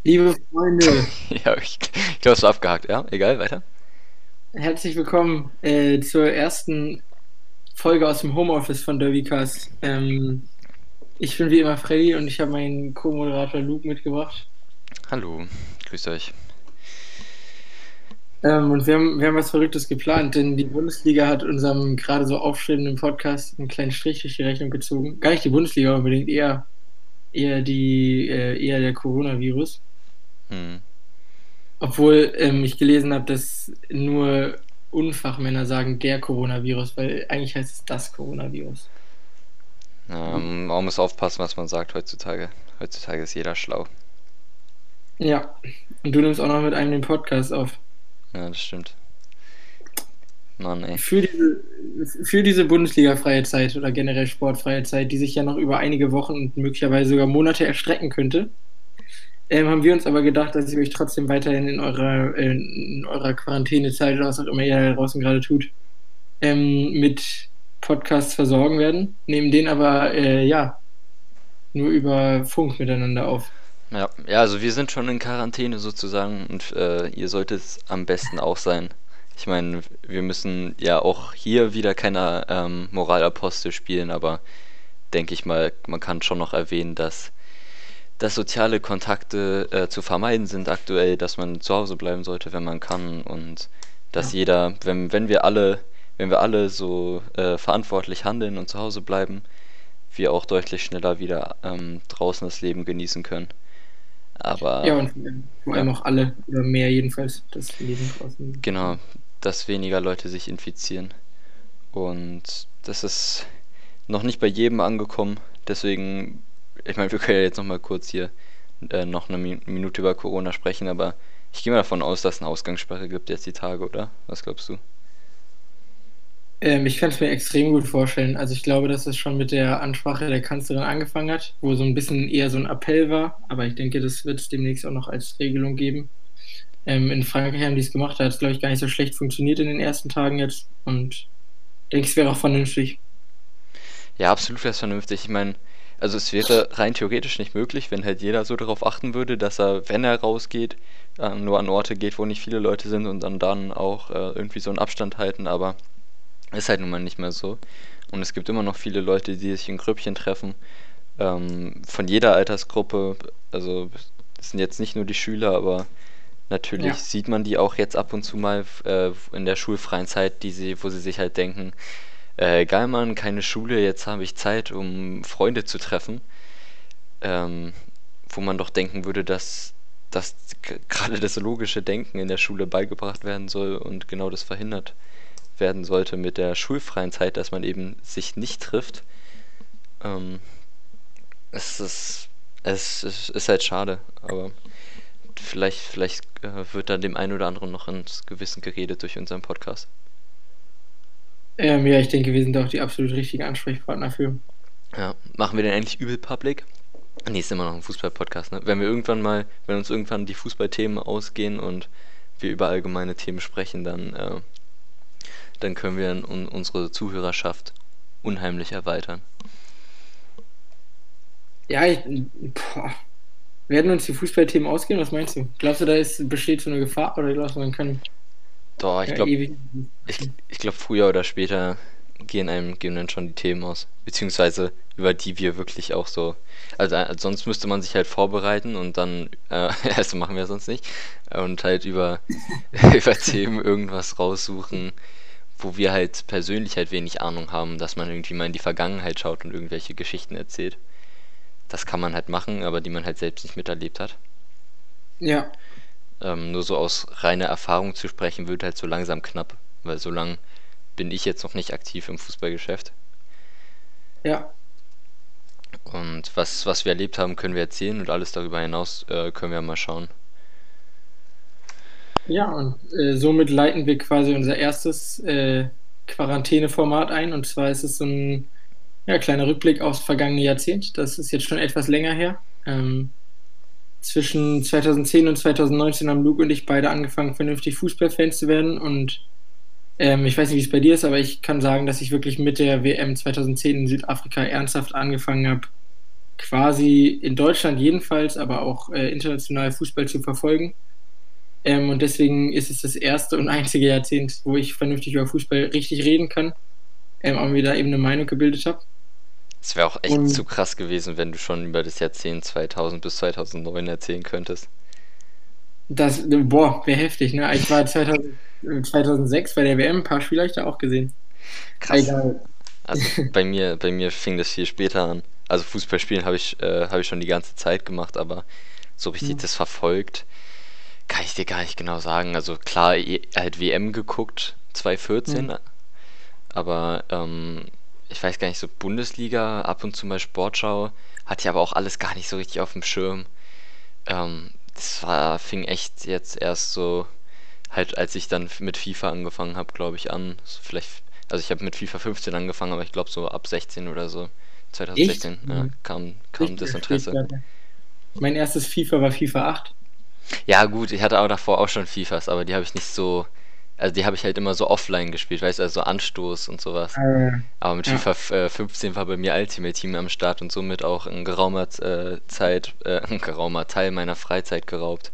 Liebe Freunde, Ja, ich glaube, es war abgehakt. Ja, egal, weiter. herzlich willkommen zur ersten Folge aus dem Homeoffice von Derbycast. Ich bin wie immer Freddy und ich habe meinen Co-Moderator Luke mitgebracht. Hallo, grüßt euch. Und wir haben was Verrücktes geplant, denn die Bundesliga hat unserem gerade so aufstrebenden Podcast einen kleinen Strich durch die Rechnung gezogen. Gar nicht die Bundesliga unbedingt, eher der Coronavirus. Hm. Obwohl ich gelesen habe, dass nur Unfachmänner sagen der Coronavirus, weil eigentlich heißt es das Coronavirus. Man muss aufpassen, was man sagt heutzutage. Heutzutage ist jeder schlau. Ja, und du nimmst auch noch mit einem den Podcast auf. Ja, das stimmt. Mann, ey. Für diese Bundesliga-freie Zeit oder generell sportfreie Zeit, die sich ja noch über einige Wochen und möglicherweise sogar Monate erstrecken könnte, haben wir uns aber gedacht, dass ihr euch trotzdem weiterhin in eurer Quarantänezeit oder was auch immer ihr da draußen gerade tut, mit Podcasts versorgen werden, nehmen den aber ja nur über Funk miteinander auf. Ja, also wir sind schon in Quarantäne sozusagen und ihr solltet es am besten auch sein. Ich meine, wir müssen ja auch hier wieder keine Moralapostel spielen, aber denke ich mal, man kann schon noch erwähnen, dass soziale Kontakte zu vermeiden sind aktuell, dass man zu Hause bleiben sollte, wenn man kann und dass Ja. jeder, wenn wir alle so verantwortlich handeln und zu Hause bleiben, wir auch deutlich schneller wieder draußen das Leben genießen können. Ja, Aber und vor ja, allem auch alle, oder mehr jedenfalls, das Leben draußen. genau, dass weniger Leute sich infizieren. Und das ist noch nicht bei jedem angekommen. Deswegen, ich meine, wir können ja jetzt noch mal kurz hier noch eine Minute über Corona sprechen, aber ich gehe mal davon aus, dass es eine Ausgangssperre gibt jetzt die Tage, oder? Was glaubst du? Ich kann es mir extrem gut vorstellen. Also ich glaube, dass es schon mit der Ansprache der Kanzlerin angefangen hat, wo so ein bisschen eher so ein Appell war. Aber ich denke, das wird es demnächst auch noch als Regelung geben. In Frankreich haben die es gemacht, da hat es, glaube ich, gar nicht so schlecht funktioniert in den ersten Tagen jetzt. Und ich denke, es wäre auch vernünftig. Ja, absolut wäre es vernünftig. Ich meine, also es wäre rein theoretisch nicht möglich, wenn halt jeder so darauf achten würde, dass er, wenn er rausgeht, nur an Orte geht, wo nicht viele Leute sind und dann auch irgendwie so einen Abstand halten, aber ist halt nun mal nicht mehr so. Und es gibt immer noch viele Leute, die sich in Grüppchen treffen, von jeder Altersgruppe. Also es sind jetzt nicht nur die Schüler, aber natürlich Ja, sieht man die auch jetzt ab und zu mal in der schulfreien Zeit, wo sie sich halt denken, geil Mann, keine Schule, jetzt habe ich Zeit, um Freunde zu treffen. Ähm, Wo man doch denken würde, dass gerade das logische Denken in der Schule beigebracht werden soll und genau das verhindert werden sollte mit der schulfreien Zeit, dass man eben sich nicht trifft. Ähm, es ist, es ist halt schade, aber vielleicht wird da dem einen oder anderen noch ins Gewissen geredet durch unseren Podcast. ja, ich denke, wir sind auch die absolut richtigen Ansprechpartner für. Ja, machen wir den eigentlich übel public? Nee, ist immer noch ein Fußball-Podcast, ne? Wenn uns irgendwann die Fußballthemen ausgehen und wir über allgemeine Themen sprechen, dann können wir unsere Zuhörerschaft unheimlich erweitern. Ja, boah, werden uns die Fußballthemen ausgehen? Was meinst du? Glaubst du, besteht so eine Gefahr oder glaubst du, man kann Doch, ja ewig. ich glaube, früher oder später gehen dann schon die Themen aus. Beziehungsweise über die wir wirklich auch so. Also sonst müsste man sich halt vorbereiten und dann, also machen wir sonst nicht. Und halt über Themen irgendwas raussuchen, wo wir halt persönlich halt wenig Ahnung haben, dass man irgendwie mal in die Vergangenheit schaut und irgendwelche Geschichten erzählt. Das kann man halt machen, aber die man halt selbst nicht miterlebt hat. Ja, Nur so aus reiner Erfahrung zu sprechen, wird halt so langsam knapp, weil so lang bin ich jetzt noch nicht aktiv im Fußballgeschäft. ja. Und was wir erlebt haben, können wir erzählen und alles darüber hinaus können wir mal schauen. Ja, und somit leiten wir quasi unser erstes Quarantäneformat ein. Und zwar ist es so ein ja, kleiner Rückblick aufs vergangene Jahrzehnt. Das ist jetzt schon etwas länger her. Zwischen 2010 und 2019 haben Luke und ich beide angefangen, vernünftig Fußballfans zu werden. Und ich weiß nicht, wie es bei dir ist, aber ich kann sagen, dass ich wirklich mit der WM 2010 in Südafrika ernsthaft angefangen habe, quasi in Deutschland jedenfalls, aber auch international Fußball zu verfolgen. Und deswegen ist es das erste und einzige Jahrzehnt, wo ich vernünftig über Fußball richtig reden kann, aber mir da eben eine Meinung gebildet habe. Es wäre auch echt zu Und krass gewesen, wenn du schon über das Jahrzehnt 2000 bis 2009 erzählen könntest. das, boah, wäre heftig, ne? Ich war 2006 bei der WM, ein paar Spiele habe ich da auch gesehen. Krass. Egal. Also bei mir fing das viel später an. Also Fußballspielen habe ich schon die ganze Zeit gemacht, aber so richtig Hm, das verfolgt, kann ich dir gar nicht genau sagen. Also klar, halt WM geguckt, hm. 2014, aber ich weiß gar nicht, so Bundesliga, ab und zu mal Sportschau, hatte ich aber auch alles gar nicht so richtig auf dem Schirm. Fing echt jetzt erst so, halt als ich dann mit FIFA angefangen habe, glaube ich, an. So vielleicht, also ich habe mit FIFA 15 angefangen, aber ich glaube so ab 16 oder so, Echt? 2016, ja, Hm. kam das Richtig spät Interesse. gerade. Mein erstes FIFA war FIFA 8. Ja gut, ich hatte auch davor auch schon FIFAs, aber die habe ich nicht so, also die habe ich halt immer so offline gespielt, weißt du, also so Anstoß und sowas. Aber mit Ja, FIFA 15 war bei mir Ultimate Team am Start und somit auch in geraumer Zeit, ein geraumer Teil meiner Freizeit geraubt.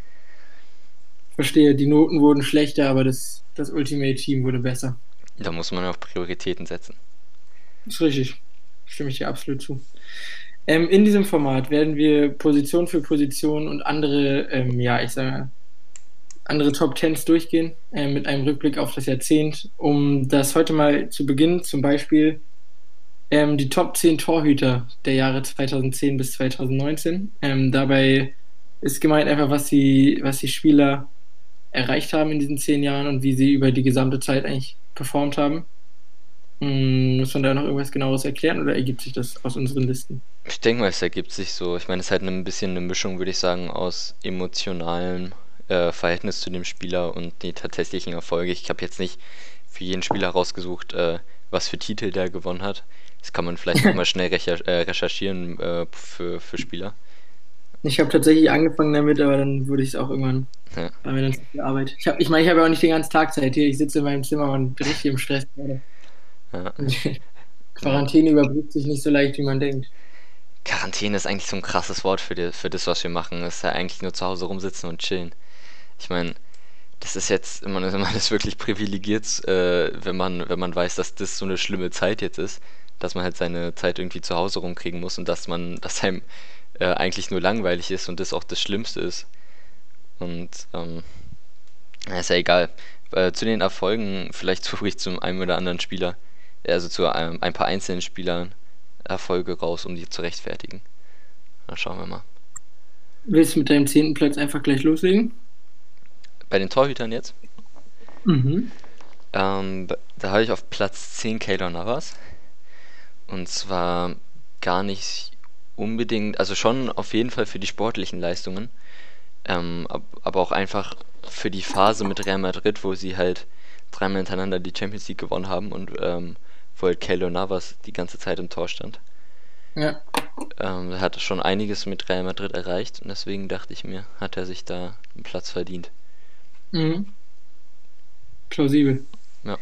verstehe. Die Noten wurden schlechter, aber das Ultimate Team wurde besser. Da muss man auch Prioritäten setzen. Ist richtig. Stimme ich dir absolut zu. In diesem Format werden wir Position für Position und andere, ja, ich sage, andere Top Tens durchgehen, mit einem Rückblick auf das Jahrzehnt, um das heute mal zu beginnen, zum Beispiel die Top 10 Torhüter der Jahre 2010 bis 2019. Dabei ist gemeint einfach, was die Spieler erreicht haben in diesen 10 Jahren und wie sie über die gesamte Zeit eigentlich performt haben. Muss man da noch irgendwas genaueres erklären oder ergibt sich das aus unseren Listen? Ich denke mal, es ergibt sich so. Ich meine, es ist halt ein bisschen eine Mischung, würde ich sagen, aus emotionalem Verhältnis zu dem Spieler und die tatsächlichen Erfolge. Ich habe jetzt nicht für jeden Spieler rausgesucht, was für Titel der gewonnen hat. Das kann man vielleicht nochmal schnell recherchieren für Spieler. Ich habe tatsächlich angefangen damit, aber dann wurde ich es auch irgendwann, Ja, war mir dann zu viel Arbeit. Ich meine, ich habe ja auch nicht den ganzen Tag Zeit hier. Ich sitze in meinem Zimmer und bin richtig im Stress gerade. ja, ja. Quarantäne überbrückt sich nicht so leicht, wie man denkt. Quarantäne ist eigentlich so ein krasses Wort für das, was wir machen. Das ist ja eigentlich nur zu Hause rumsitzen und chillen. Ich meine, das ist jetzt, man ist wirklich privilegiert, wenn man weiß, dass das so eine schlimme Zeit jetzt ist, dass man halt seine Zeit irgendwie zu Hause rumkriegen muss und dass einem eigentlich nur langweilig ist und das auch das Schlimmste ist. Und ja, ist ja egal. Zu den Erfolgen, vielleicht suche ich zum einen oder anderen Spieler, also zu ein paar einzelnen Spielern Erfolge raus, um die zu rechtfertigen. Dann schauen wir mal. Willst du mit deinem 10. Platz einfach gleich loslegen? Bei den Torhütern jetzt, Mhm. da habe ich auf Platz 10 Keylor Navas. Und zwar gar nicht unbedingt, also schon auf jeden Fall für die sportlichen Leistungen, aber auch einfach für die Phase mit Real Madrid, wo sie halt dreimal hintereinander die Champions League gewonnen haben und wo halt Keylor Navas die ganze Zeit im Tor stand. Ja. Er hat schon einiges mit Real Madrid erreicht und deswegen dachte ich mir, hat er sich da einen Platz verdient. Mhm. Plausibel. Ja,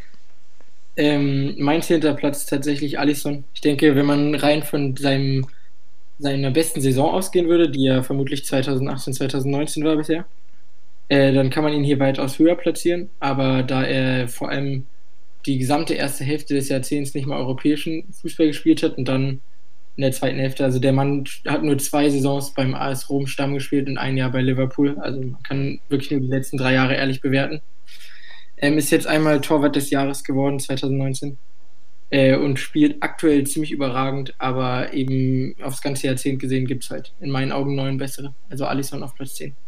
Mein 10. Platz ist tatsächlich Alisson. Ich denke, wenn man rein von seiner besten Saison ausgehen würde, die ja vermutlich 2018, 2019 war bisher, dann kann man ihn hier weitaus höher platzieren. Aber da er vor allem die gesamte erste Hälfte des Jahrzehnts nicht mal europäischen Fußball gespielt hat und dann in der zweiten Hälfte, also der Mann hat nur 2 Saisons beim AS Rom Stamm gespielt und ein Jahr bei Liverpool. Also man kann wirklich nur die letzten 3 Jahre ehrlich bewerten. Ist jetzt einmal Torwart des Jahres geworden, 2019. Und spielt aktuell ziemlich überragend, aber eben aufs ganze Jahrzehnt gesehen gibt es halt in meinen Augen neun bessere. Also Alisson auf Platz 10.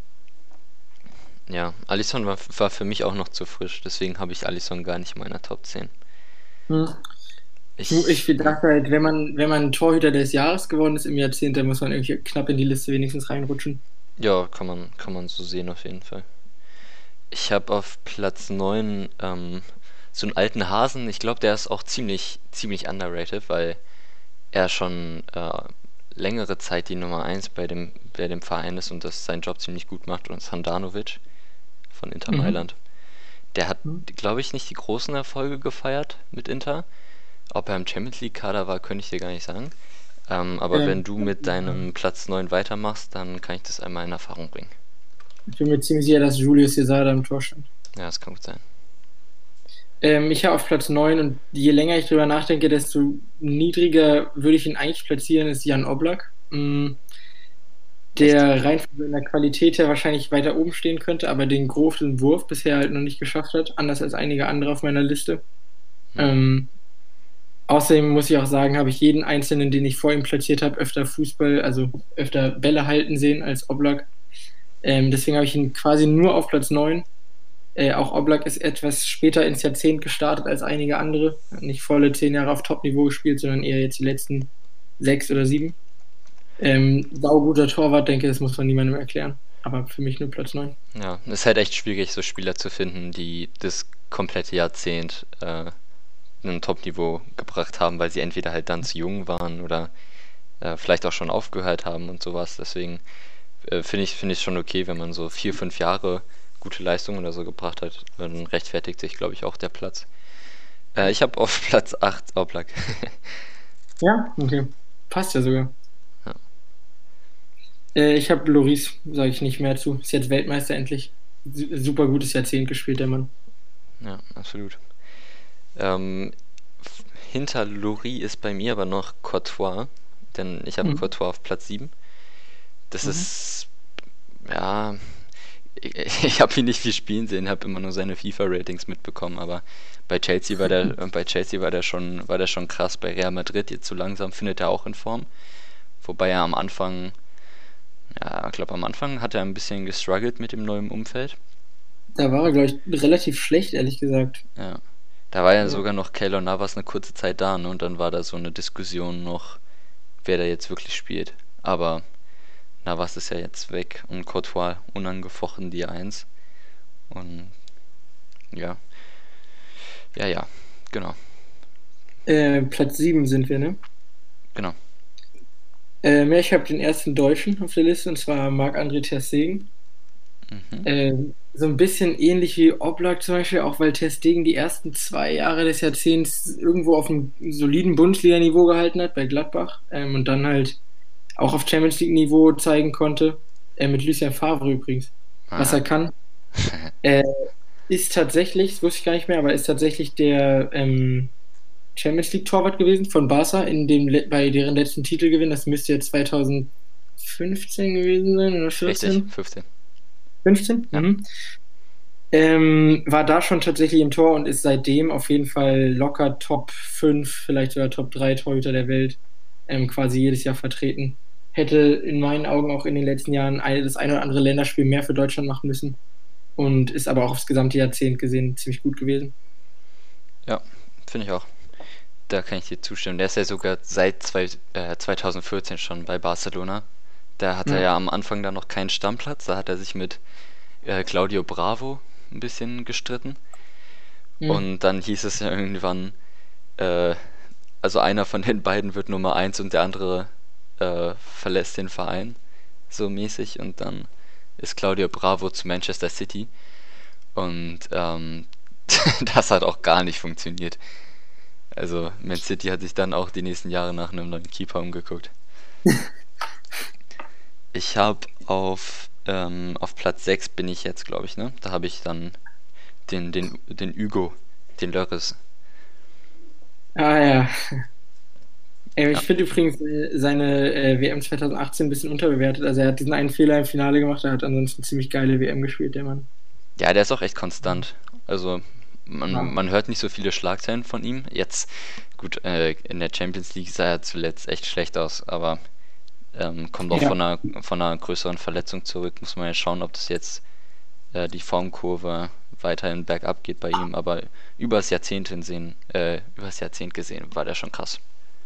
ja. Alisson war für mich auch noch zu frisch, deswegen habe ich Alisson gar nicht in meiner Top 10. Hm. Ich Ja, dachte halt, wenn man Torhüter des Jahres geworden ist im Jahrzehnt, dann muss man irgendwie knapp in die Liste wenigstens reinrutschen. ja, kann man so sehen auf jeden Fall. Ich habe auf Platz 9 so einen alten Hasen. Ich glaube, der ist auch ziemlich underrated, weil er schon längere Zeit die Nummer eins bei dem Verein ist und das seinen Job ziemlich gut macht. Und das ist Handanovic von Inter Mhm. Mailand. Der hat, glaube ich, nicht die großen Erfolge gefeiert mit Inter. Ob er im Champions League Kader war, könnte ich dir gar nicht sagen. Aber wenn Ähm, du mit deinem Platz 9 weitermachst, dann kann ich das einmal in Erfahrung bringen. Ich bin mir ziemlich sicher, dass Julius Cesar da im Tor stand. Ja, das kann gut sein. Ich habe auf Platz 9 und je länger ich drüber nachdenke, desto niedriger würde ich ihn eigentlich platzieren, ist Jan Oblak. Echt? Der rein von seiner Qualität her wahrscheinlich weiter oben stehen könnte, aber den großen Wurf bisher halt noch nicht geschafft hat, anders als einige andere auf meiner Liste. Hm. Ähm, Außerdem muss ich auch sagen, habe ich jeden einzelnen, den ich vor ihm platziert habe, öfter Fußball, also öfter Bälle halten sehen als Oblak. Deswegen habe ich ihn quasi nur auf Platz 9. Auch Oblak ist etwas später ins Jahrzehnt gestartet als einige andere. Hat nicht volle 10 Jahre auf Top-Niveau gespielt, sondern eher jetzt die letzten 6 oder 7. Sauguter Torwart, denke, das muss man niemandem erklären. Aber für mich nur Platz 9. Ja, es ist halt echt schwierig, so Spieler zu finden, die das komplette Jahrzehnt ein Top-Niveau gebracht haben, weil sie entweder halt dann zu jung waren oder vielleicht auch schon aufgehört haben und sowas. Deswegen finde ich schon okay, wenn man so 4, 5 Jahre gute Leistung oder so gebracht hat, dann rechtfertigt sich, glaube ich, auch der Platz. Ich habe auf Platz 8 Oblak. Ja, okay. Passt ja sogar. Ja, Ich habe Loris, sage ich nicht mehr zu. Ist jetzt Weltmeister endlich. Super gutes Jahrzehnt gespielt, der Mann. ja, absolut. Ähm, Hinter Lori ist bei mir aber noch Courtois, denn ich habe Mhm. Courtois auf Platz 7. Das Mhm. ist, ja, ich habe ihn nicht viel spielen sehen, habe immer nur seine FIFA-Ratings mitbekommen, aber bei Chelsea war der schon krass. Bei Real Madrid jetzt so langsam findet er auch in Form, wobei er am Anfang, ja, ich glaube am Anfang hat er ein bisschen gestruggelt mit dem neuen Umfeld. Da war er, glaube ich, relativ schlecht, ehrlich gesagt. Ja, da war ja Ja. sogar noch Keylor Navas eine kurze Zeit da, ne? Und dann war da so eine Diskussion noch, wer da jetzt wirklich spielt. Aber Navas ist ja jetzt weg und Courtois unangefochten die Eins. Und ja, ja, ja, genau, Platz 7 sind wir, ne? genau. Ja, ich habe den ersten Deutschen auf der Liste, und zwar Marc-André ter Stegen. Mhm. So ein bisschen ähnlich wie Oblak zum Beispiel, auch weil ter Stegen die ersten 2 Jahre des Jahrzehnts irgendwo auf einem soliden Bundesliga-Niveau gehalten hat bei Gladbach, und dann halt auch auf Champions League-Niveau zeigen konnte, mit Lucien Favre übrigens, was Ah, er kann. Äh, Ist tatsächlich, das wusste ich gar nicht mehr, aber ist tatsächlich der Champions League-Torwart gewesen von Barca bei deren letzten Titelgewinn. Das müsste jetzt 2015 gewesen sein oder richtig, 14. 15. 15? Ja, Mhm. War da schon tatsächlich im Tor und ist seitdem auf jeden Fall locker Top 5, vielleicht sogar Top 3 Torhüter der Welt, quasi jedes Jahr vertreten. Hätte in meinen Augen auch in den letzten Jahren das ein oder andere Länderspiel mehr für Deutschland machen müssen und ist aber auch aufs gesamte Jahrzehnt gesehen ziemlich gut gewesen. ja, finde ich auch. Da kann ich dir zustimmen. Der ist ja sogar seit 2014 schon bei Barcelona. Da hat er Ja. ja am Anfang dann noch keinen Stammplatz. Da hat er sich mit Claudio Bravo ein bisschen gestritten. Mhm. Und dann hieß es ja irgendwann, äh, also einer von den beiden wird Nummer eins und der andere verlässt den Verein, so mäßig. Und dann ist Claudio Bravo zu Manchester City. Und das hat auch gar nicht funktioniert. Also Man City hat sich dann auch die nächsten Jahre nach einem neuen Keeper umgeguckt. Ich habe auf Platz 6 bin ich jetzt, glaube ich, ne? Da habe ich dann den Hugo, den Lörres. Ah ja. Ich Ja. finde übrigens seine WM 2018 ein bisschen unterbewertet. Also er hat diesen einen Fehler im Finale gemacht, er hat ansonsten ziemlich geile WM gespielt, der Mann. Ja, der ist auch echt konstant. Also man, Ja. man hört nicht so viele Schlagzeilen von ihm. Jetzt, gut, in der Champions League sah er zuletzt echt schlecht aus, aber kommt auch Ja. von einer größeren Verletzung zurück. Muss man ja schauen, ob das jetzt die Formkurve weiterhin bergab geht bei ihm, aber übers Jahrzehnt gesehen war der schon krass.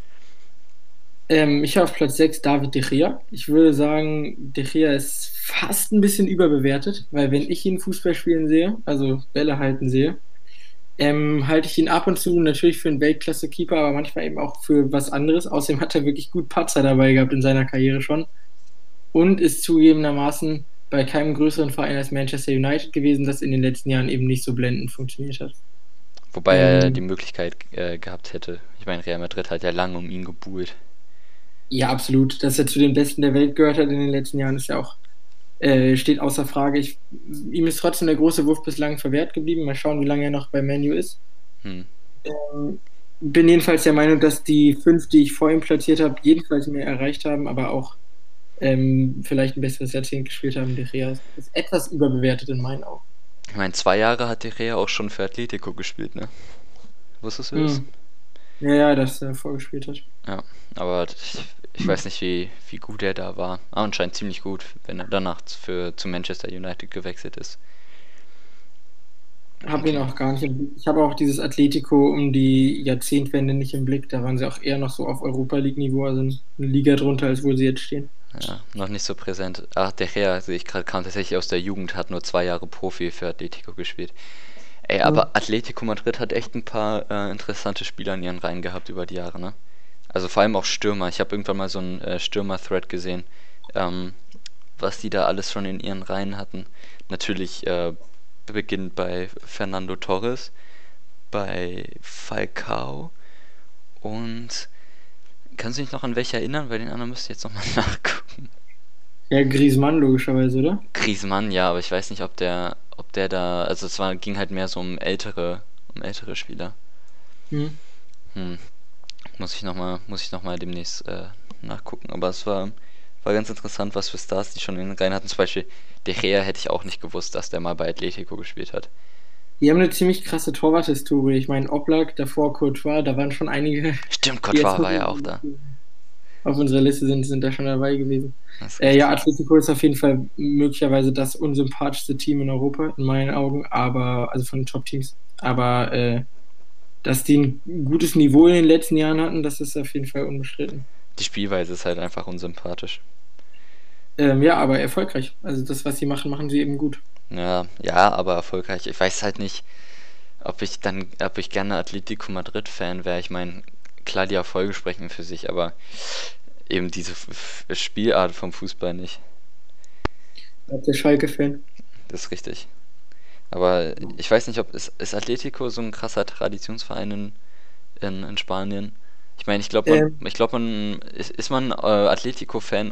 Ich habe auf Platz 6 David De Gea. Ich würde sagen, De Gea ist fast ein bisschen überbewertet, weil wenn ich ihn Fußball spielen sehe, also Bälle halten sehe, halte ich ihn ab und zu natürlich für einen Weltklasse-Keeper, aber manchmal eben auch für was anderes. Außerdem hat er wirklich gut Patzer dabei gehabt in seiner Karriere schon und ist zugegebenermaßen bei keinem größeren Verein als Manchester United gewesen, das in den letzten Jahren eben nicht so blendend funktioniert hat. Wobei er die Ähm, Möglichkeit gehabt hätte. Ich meine, Real Madrid hat ja lange um ihn gebuhlt. Ja, absolut. Dass er zu den Besten der Welt gehört hat in den letzten Jahren, ist ja auch, steht außer Frage. Ihm ist trotzdem der große Wurf bislang verwehrt geblieben. Mal schauen, wie lange er noch bei Manu ist. Hm. Bin jedenfalls der Meinung, dass die fünf, die ich vor ihm platziert habe, jedenfalls mehr erreicht haben, aber auch vielleicht ein besseres Jahrzehnt gespielt haben. De Gea ist etwas überbewertet in meinen Augen. Ich meine, 2 Jahre hat De Gea auch schon für Atletico gespielt, ne? Wusstest du das? Hm. Ja, ja, dass er vorgespielt hat. Ja, aber ich weiß nicht, wie gut er da war. Ah, anscheinend ziemlich gut, wenn er danach zu Manchester United gewechselt ist. Habe ihn Okay. auch gar nicht im Blick. Ich habe auch dieses Atletico um die Jahrzehntwende nicht im Blick. Da waren sie auch eher noch so auf Europa League-Niveau, also eine Liga drunter, als wo sie jetzt stehen. Ja, noch nicht so präsent. Ach, De Gea, sehe ich gerade, kam tatsächlich aus der Jugend, hat nur 2 Jahre Profi für Atletico gespielt. Ey, Ja. aber Atletico Madrid hat echt ein paar interessante Spieler in ihren Reihen gehabt über die Jahre, ne? Also vor allem auch Stürmer. Ich habe irgendwann mal so einen Stürmer-Thread gesehen, ähm, was die da alles schon in ihren Reihen hatten. Natürlich beginnt bei Fernando Torres, bei Falcao und kannst du dich noch an welche erinnern? Bei den anderen müsst ihr jetzt nochmal nachgucken. Ja, Griezmann logischerweise, oder? Griezmann, ja, aber ich weiß nicht, ob der da, also ging halt mehr so um ältere Spieler. Hm. Hm, muss ich noch mal demnächst nachgucken. Aber war ganz interessant, was für Stars die schon in den Reihen hatten. Zum Beispiel De Gea hätte ich auch nicht gewusst, dass der mal bei Atletico gespielt hat. Die haben eine ziemlich krasse Torwarthistorie. Ich meine, Oblak, davor Courtois, da waren schon einige, Stimmt, die jetzt Courtois war ja auch da. auf unserer Liste sind da schon dabei gewesen. Das ist Ja, richtig. Atletico ist auf jeden Fall möglicherweise das unsympathischste Team in Europa, in meinen Augen, aber, also von den Top-Teams. Aber dass die ein gutes Niveau in den letzten Jahren hatten, das ist auf jeden Fall unbestritten. Die Spielweise ist halt einfach unsympathisch. Ja, aber erfolgreich. Also das, was sie machen, machen sie eben gut. Ja, ja, aber erfolgreich. Ich weiß halt nicht, ob ich gerne Atletico Madrid-Fan wäre. Ich meine, klar, die Erfolge sprechen für sich, aber eben diese Spielart vom Fußball nicht. Bleibt der Schalke-Fan. Das ist richtig. Aber ich weiß nicht, ob ist Atletico so ein krasser Traditionsverein in Spanien? Ich meine, Ähm, ist man Atletico-Fan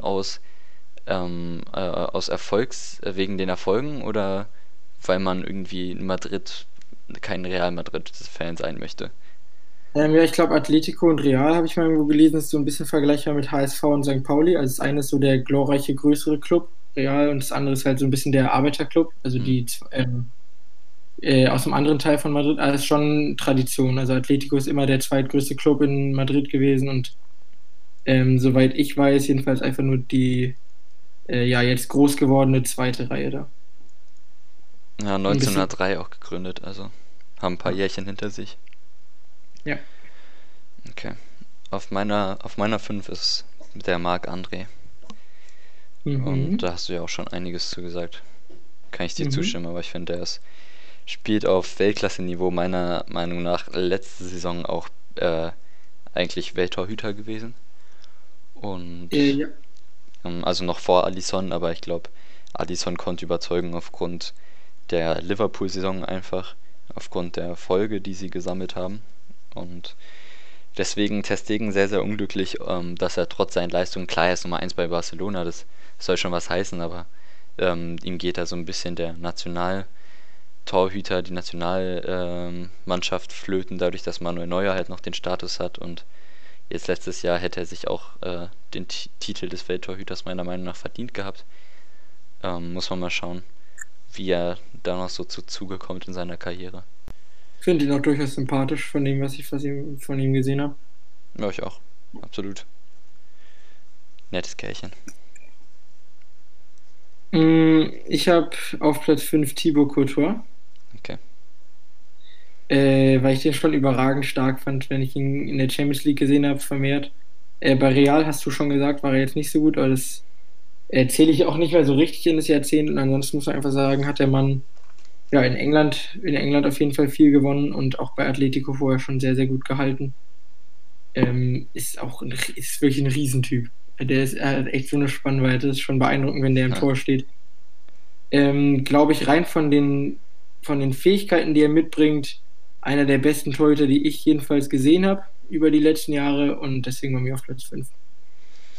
aus wegen den Erfolgen oder weil man irgendwie in Madrid kein Real Madrid-Fan sein möchte? ja, ich glaube, Atletico und Real, habe ich mal irgendwo gelesen, ist so ein bisschen vergleichbar mit HSV und St. Pauli. Also das eine ist so der glorreiche, größere Club, Real, und das andere ist halt so ein bisschen der Arbeiterclub, also Hm. die aus dem anderen Teil von Madrid. Also schon Tradition. Also Atletico ist immer der zweitgrößte Club in Madrid gewesen und soweit ich weiß, jedenfalls einfach nur die ja jetzt groß gewordene zweite Reihe da. Ja, Ein bisschen. 1903 auch gegründet, also haben ein paar Jährchen hinter sich. Ja. Okay. Auf meiner 5 ist der Marc André. Und Mhm. da hast du ja auch schon einiges zu gesagt. Kann ich dir Mhm. zustimmen, aber ich finde, spielt auf Weltklasse-Niveau meiner Meinung nach letzte Saison auch eigentlich Welttorhüter gewesen. Und Ja. also noch vor Alisson, aber ich glaube, Alisson konnte überzeugen aufgrund der Liverpool-Saison einfach, aufgrund der Erfolge, die sie gesammelt haben. Und deswegen Ter Stegen sehr, sehr unglücklich, dass er trotz seinen Leistungen, klar, er ist Nummer 1 bei Barcelona, das soll schon was heißen, aber ihm geht da so ein bisschen der Nationaltorhüter, die Nationalmannschaft flöten, dadurch, dass Manuel Neuer halt noch den Status hat und jetzt letztes Jahr hätte er sich auch den Titel des Welttorhüters meiner Meinung nach verdient gehabt. Muss man mal schauen, wie er da noch so zu Zuge kommt in seiner Karriere. Ich finde ihn auch durchaus sympathisch von dem, von ihm gesehen habe. Ja, ich auch. Absolut. Nettes Kerlchen. Ich habe auf Platz 5 Thibaut Courtois, Okay. weil ich den schon überragend stark fand, wenn ich ihn in der Champions League gesehen habe, vermehrt. Bei Real hast du schon gesagt, war er jetzt nicht so gut, aber das zähle ich auch nicht mehr so richtig in das Jahrzehnt. Und ansonsten muss man einfach sagen, hat der Mann ja in England auf jeden Fall viel gewonnen und auch bei Atletico vorher schon sehr, sehr gut gehalten. Ist wirklich ein Riesentyp. Er hat echt so eine Spannweite. Das ist schon beeindruckend, wenn der im Ja. Tor steht. Glaube ich, rein von den Fähigkeiten, die er mitbringt, einer der besten Torhüter, die ich jedenfalls gesehen habe über die letzten Jahre und deswegen bei mir auf Platz 5.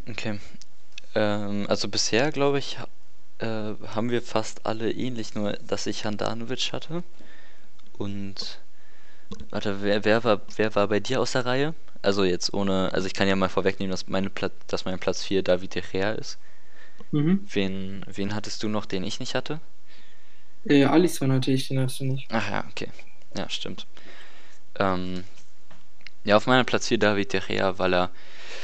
Okay. Also bisher, glaube ich, haben wir fast alle ähnlich, nur dass ich Handanovic hatte. Und warte, wer war bei dir aus der Reihe? Also jetzt ohne, also ich kann ja mal vorwegnehmen, dass mein Platz 4 David de Gea ist. Mhm. Wen hattest du noch, den ich nicht hatte? Alisson hatte ich, den hast du nicht. Ach ja, okay. Ja, stimmt. Ähm, ja, auf meinem Platz 4 David de Gea, weil er,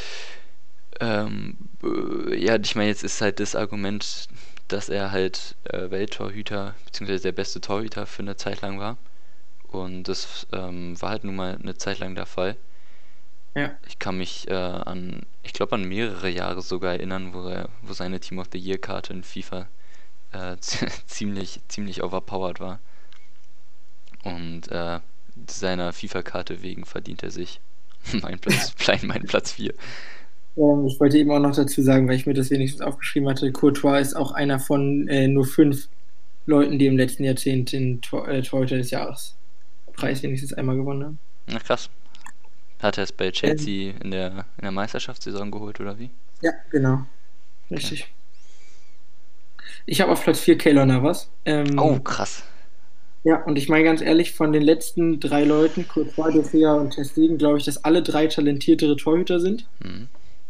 ja, ich meine, jetzt ist halt das Argument, dass er halt Welttorhüter, beziehungsweise der beste Torhüter für eine Zeit lang war. Und das war halt nun mal eine Zeit lang der Fall. Ja. Ich kann mich ich glaube an mehrere Jahre sogar erinnern, wo seine Team of the Year Karte in FIFA ziemlich overpowered war. Und seiner FIFA-Karte wegen verdient er sich meinen Platz 4. Ich wollte eben auch noch dazu sagen, weil ich mir das wenigstens aufgeschrieben hatte, Courtois ist auch einer von nur 5 Leuten, die im letzten Jahrzehnt den Torhüter des Jahres Preis wenigstens einmal gewonnen haben. Na krass. Hat er es bei Ähm, Chelsea in der Meisterschaftssaison geholt, oder wie? ja, genau, Okay. richtig. Ich habe auf Platz 4 Keylor Navas. Oh, krass. Ja, und ich meine ganz ehrlich, von den letzten 3 Leuten, Courtois, De Gea und Ter Stegen, glaube ich, dass alle 3 talentiertere Torhüter sind. Hm.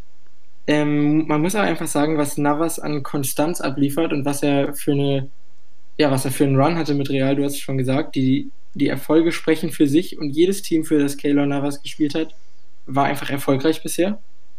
Man muss aber einfach sagen, was Navas an Konstanz abliefert und was er für einen Run hatte mit Real, du hast es schon gesagt, die Erfolge sprechen für sich und jedes Team, für das Keylor Navas gespielt hat, war einfach erfolgreich bisher.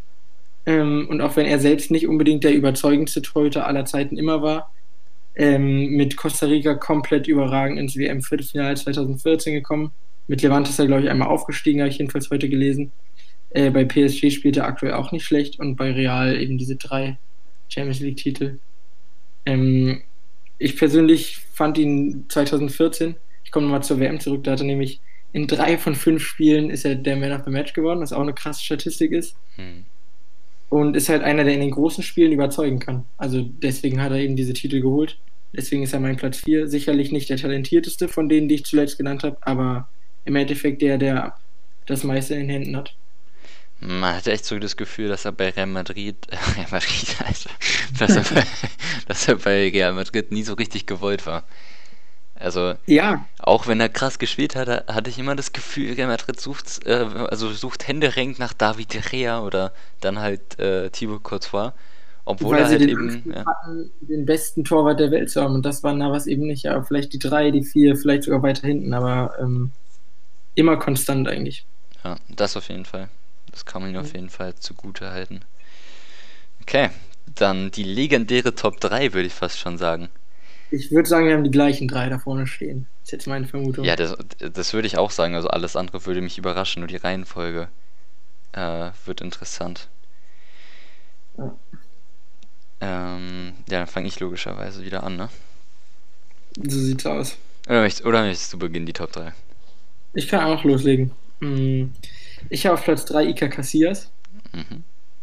Und auch wenn er selbst nicht unbedingt der überzeugendste Torhüter aller Zeiten immer war, mit Costa Rica komplett überragend ins WM-Viertelfinale 2014 gekommen. Mit Levante ist er, glaube ich, einmal aufgestiegen, habe ich jedenfalls heute gelesen. Bei PSG spielt er aktuell auch nicht schlecht und bei Real eben diese 3 Champions League-Titel. Ähm, Ich persönlich fand ihn 2014, ich komme nochmal zur WM zurück, da hat er nämlich in 3 von 5 Spielen ist er der Man of the Match geworden, was auch eine krasse Statistik ist. Hm. Und ist halt einer, der in den großen Spielen überzeugen kann. Also deswegen hat er eben diese Titel geholt. Deswegen ist er mein Platz 4. Sicherlich nicht der talentierteste von denen, die ich zuletzt genannt habe, aber im Endeffekt der das meiste in den Händen hat. Man hat echt so das Gefühl, dass er bei Real Madrid, Real Madrid, also, dass er bei Real Madrid nie so richtig gewollt war. Also, Ja, auch wenn er krass gespielt hat, hatte ich immer das Gefühl, Real Madrid sucht händeringend nach David de Gea oder dann halt Thibaut Courtois, obwohl weil er sie halt den eben, Anspruch ja, hatten, den besten Torwart der Welt zu haben. Und das war Navas eben nicht. Ja, vielleicht die 3, die 4, vielleicht sogar weiter hinten, aber immer konstant eigentlich. ja, das auf jeden Fall. Das kann man ihm auf jeden Fall zugute halten. Okay, dann die legendäre Top 3 würde ich fast schon sagen. Ich würde sagen, wir haben die gleichen 3 da vorne stehen. Das ist jetzt meine Ja, Vermutung. das würde ich auch sagen. Also alles andere würde mich überraschen, nur die Reihenfolge wird interessant. Ja, Ja, dann fange ich logischerweise wieder an, ne? so sieht's aus. Oder möchtest du beginnen, die Top 3? Ich kann auch loslegen. Ich habe auf Platz 3 Iker Casillas. Mhm.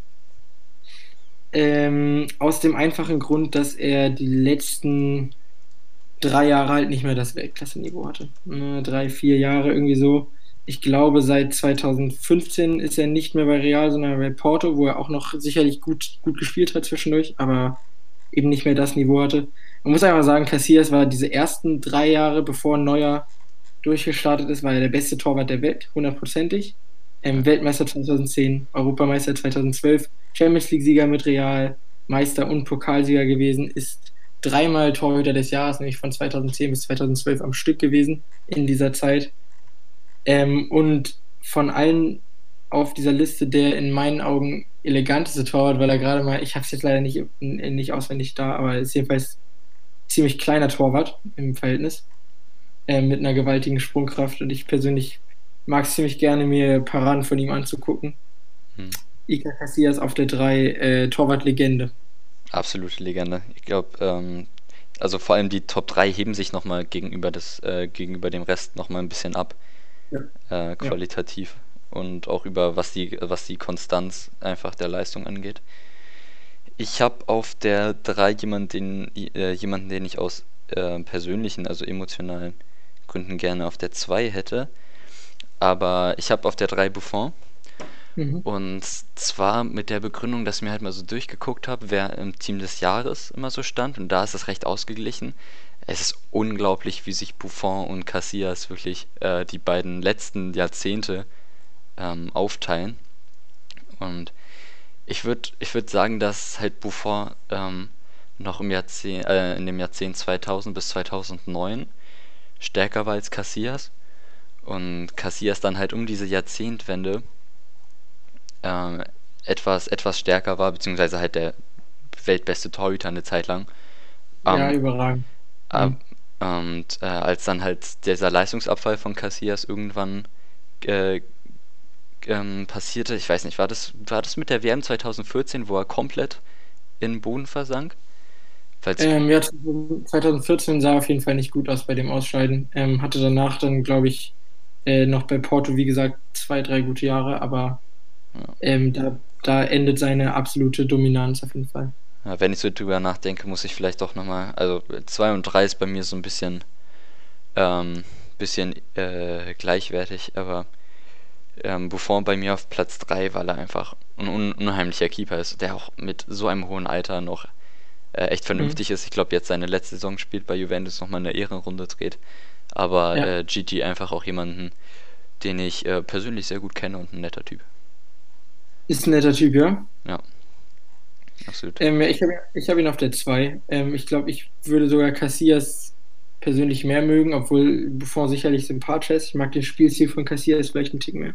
Aus dem einfachen Grund, dass er die letzten 3 Jahre halt nicht mehr das Weltklasse-Niveau hatte. 3, 4 Jahre irgendwie so. Ich glaube, seit 2015 ist er nicht mehr bei Real, sondern bei Porto, wo er auch noch sicherlich gut gespielt hat zwischendurch, aber eben nicht mehr das Niveau hatte. Man muss einfach sagen, Casillas war diese ersten 3 Jahre, bevor Neuer durchgestartet ist, war er der beste Torwart der Welt, hundertprozentig. Ja, Weltmeister 2010, Europameister 2012, Champions League-Sieger mit Real, Meister und Pokalsieger gewesen, ist 3-mal Torhüter des Jahres, nämlich von 2010 bis 2012 am Stück gewesen in dieser Zeit. Und von allen auf dieser Liste der in meinen Augen eleganteste Torwart, weil er gerade mal, ich habe es jetzt leider nicht auswendig da, aber ist jedenfalls ziemlich kleiner Torwart im Verhältnis, mit einer gewaltigen Sprungkraft und ich persönlich mag es ziemlich gerne, mir Paraden von ihm anzugucken. hm. Iker Casillas auf der 3, Torwart-Legende. Absolute Legende. Ich glaube, also vor allem die Top 3 heben sich nochmal gegenüber dem Rest nochmal ein bisschen ab, Ja, ja. qualitativ. Und auch über was die Konstanz einfach der Leistung angeht. Ich habe auf der 3 jemanden, den ich aus persönlichen, also emotionalen Gründen gerne auf der 2 hätte. Aber ich habe auf der 3 Buffon. Mhm. Und zwar mit der Begründung, dass ich mir halt mal so durchgeguckt habe, wer im Team des Jahres immer so stand. Und da ist es recht ausgeglichen. Es ist unglaublich, wie sich Buffon und Casillas wirklich die beiden letzten Jahrzehnte aufteilen. Und ich würd sagen, dass halt Buffon noch in dem Jahrzehnt 2000 bis 2009 stärker war als Casillas. Und Casillas dann halt um diese Jahrzehntwende etwas stärker war, beziehungsweise halt der weltbeste Torhüter eine Zeit lang. Ja, Ähm, überragend. ab, Mhm. und als dann halt dieser Leistungsabfall von Casillas irgendwann äh, passierte, ich weiß nicht, war das mit der WM 2014, wo er komplett in den Boden versank? Falls, Ja, 2014 sah auf jeden Fall nicht gut aus bei dem Ausscheiden. Hatte danach dann, glaube ich, noch bei Porto, wie gesagt, 2, 3 gute Jahre, aber ja, da endet seine absolute Dominanz auf jeden Fall. ja, wenn ich so drüber nachdenke, muss ich vielleicht doch nochmal, also 2 und 3 ist bei mir so ein bisschen gleichwertig, aber Buffon bei mir auf Platz 3, weil er einfach ein unheimlicher Keeper ist, der auch mit so einem hohen Alter noch echt Mhm. vernünftig ist. Ich glaube, jetzt seine letzte Saison spielt bei Juventus nochmal eine Ehrenrunde dreht. Aber Ja, Gigi einfach auch jemanden, den ich persönlich sehr gut kenne und ein netter Typ. ist ein netter Typ, ja. Ja, absolut. Ja, ich hab ihn auf der 2. Ich glaube, ich würde sogar Casillas persönlich mehr mögen, obwohl Buffon sicherlich sympathisch ist. Ich mag den Spielstil von Casillas vielleicht einen Tick mehr.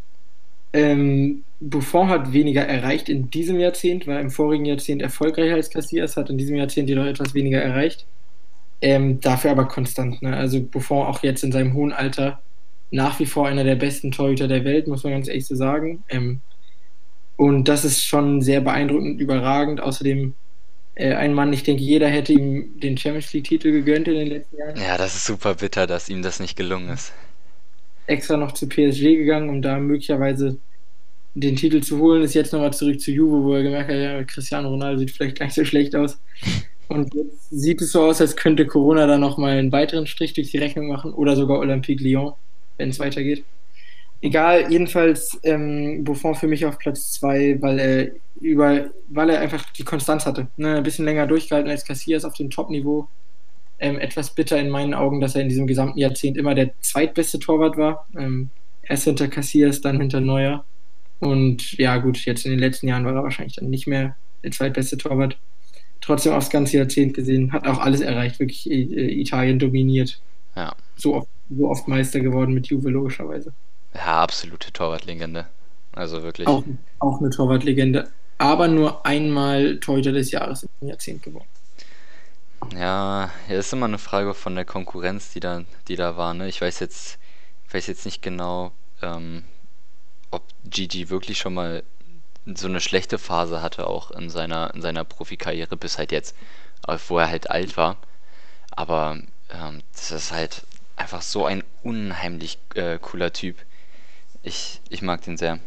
Buffon hat weniger erreicht in diesem Jahrzehnt, war im vorigen Jahrzehnt erfolgreicher als Casillas, hat in diesem Jahrzehnt jedoch etwas weniger erreicht. Dafür aber konstant. Ne? Also Buffon auch jetzt in seinem hohen Alter nach wie vor einer der besten Torhüter der Welt, muss man ganz ehrlich so sagen. Und das ist schon sehr beeindruckend und überragend. Außerdem ein Mann, ich denke, jeder hätte ihm den Champions League-Titel gegönnt in den letzten Jahren. Ja, das ist super bitter, dass ihm das nicht gelungen ist. Extra noch zu PSG gegangen, um da möglicherweise den Titel zu holen, ist jetzt nochmal zurück zu Juve, wo er gemerkt hat, ja, Cristiano Ronaldo sieht vielleicht gar nicht so schlecht aus. Und jetzt sieht es so aus, als könnte Corona da nochmal einen weiteren Strich durch die Rechnung machen oder sogar Olympique Lyon, wenn es weitergeht. Egal, jedenfalls Buffon für mich auf Platz 2, weil er einfach die Konstanz hatte. Ne? Ein bisschen länger durchgehalten als Casillas auf dem Top-Niveau. Etwas bitter in meinen Augen, dass er in diesem gesamten Jahrzehnt immer der zweitbeste Torwart war. Erst hinter Casillas, dann hinter Neuer. Und ja, gut, jetzt in den letzten Jahren war er wahrscheinlich dann nicht mehr der zweitbeste Torwart. Trotzdem aufs ganze Jahrzehnt gesehen, hat auch alles erreicht, wirklich Italien dominiert. Ja, So oft Meister geworden mit Juve, logischerweise. ja, absolute Torwartlegende. Also wirklich. Auch, auch eine Torwartlegende, aber nur einmal Torhüter des Jahres im Jahrzehnt geworden. Ja, ja, ist immer eine Frage von der Konkurrenz, die da war, ne? Ich weiß jetzt nicht genau, ob Gigi wirklich schon mal so eine schlechte Phase hatte, auch in seiner Profikarriere bis halt jetzt, wo er halt alt war. Aber das ist halt einfach so ein unheimlich cooler Typ. Ich mag den sehr.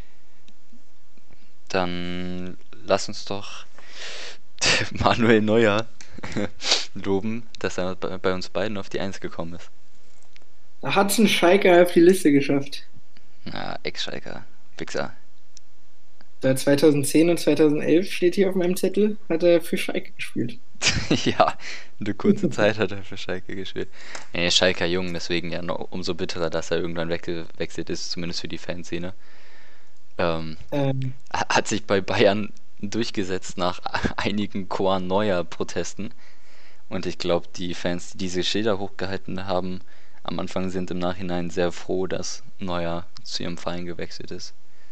Dann lass uns doch Manuel Neuer loben, dass er bei uns beiden auf die Eins gekommen ist. Da hat es ein Schalker auf die Liste geschafft. Na, Ex-Schalker, Wichser. Da 2010 und 2011 steht hier auf meinem Zettel, hat er für Schalke gespielt. Ja, eine kurze Zeit hat er für Schalke gespielt. Er ist Schalker jung, deswegen ja noch umso bitterer, dass er irgendwann wechselt ist, zumindest für die Fanszene. Ähm, Ähm, hat sich bei Bayern durchgesetzt nach einigen Koan Neuer Protesten. Und ich glaube, die Fans, die diese Schilder hochgehalten haben, am Anfang sind im Nachhinein sehr froh, dass Neuer zu ihrem Verein gewechselt ist.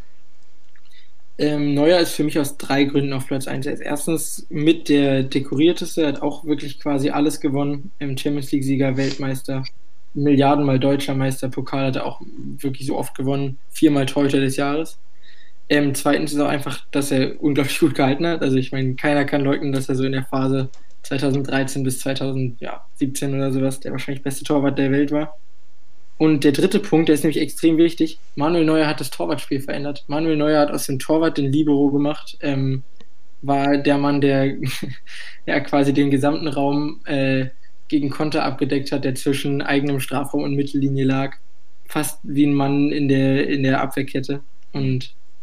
Neuer ist für mich aus 3 Gründen auf Platz 1. Er ist erstens mit der dekorierteste, hat auch wirklich quasi alles gewonnen. Champions League-Sieger, Weltmeister, Milliardenmal deutscher Meister, Pokal hat er auch wirklich so oft gewonnen. 4-mal Torhüter des Jahres. Zweitens ist auch einfach, dass er unglaublich gut gehalten hat. Also ich meine, keiner kann leugnen, dass er so in der Phase 2013 bis 2017 oder sowas der wahrscheinlich beste Torwart der Welt war. Und der dritte Punkt, der ist nämlich extrem wichtig. Manuel Neuer hat das Torwartspiel verändert. Manuel Neuer hat aus dem Torwart den Libero gemacht, war der Mann, der ja quasi den gesamten Raum gegen Konter abgedeckt hat, der zwischen eigenem Strafraum und Mittellinie lag. Fast wie ein Mann in der Abwehrkette. Und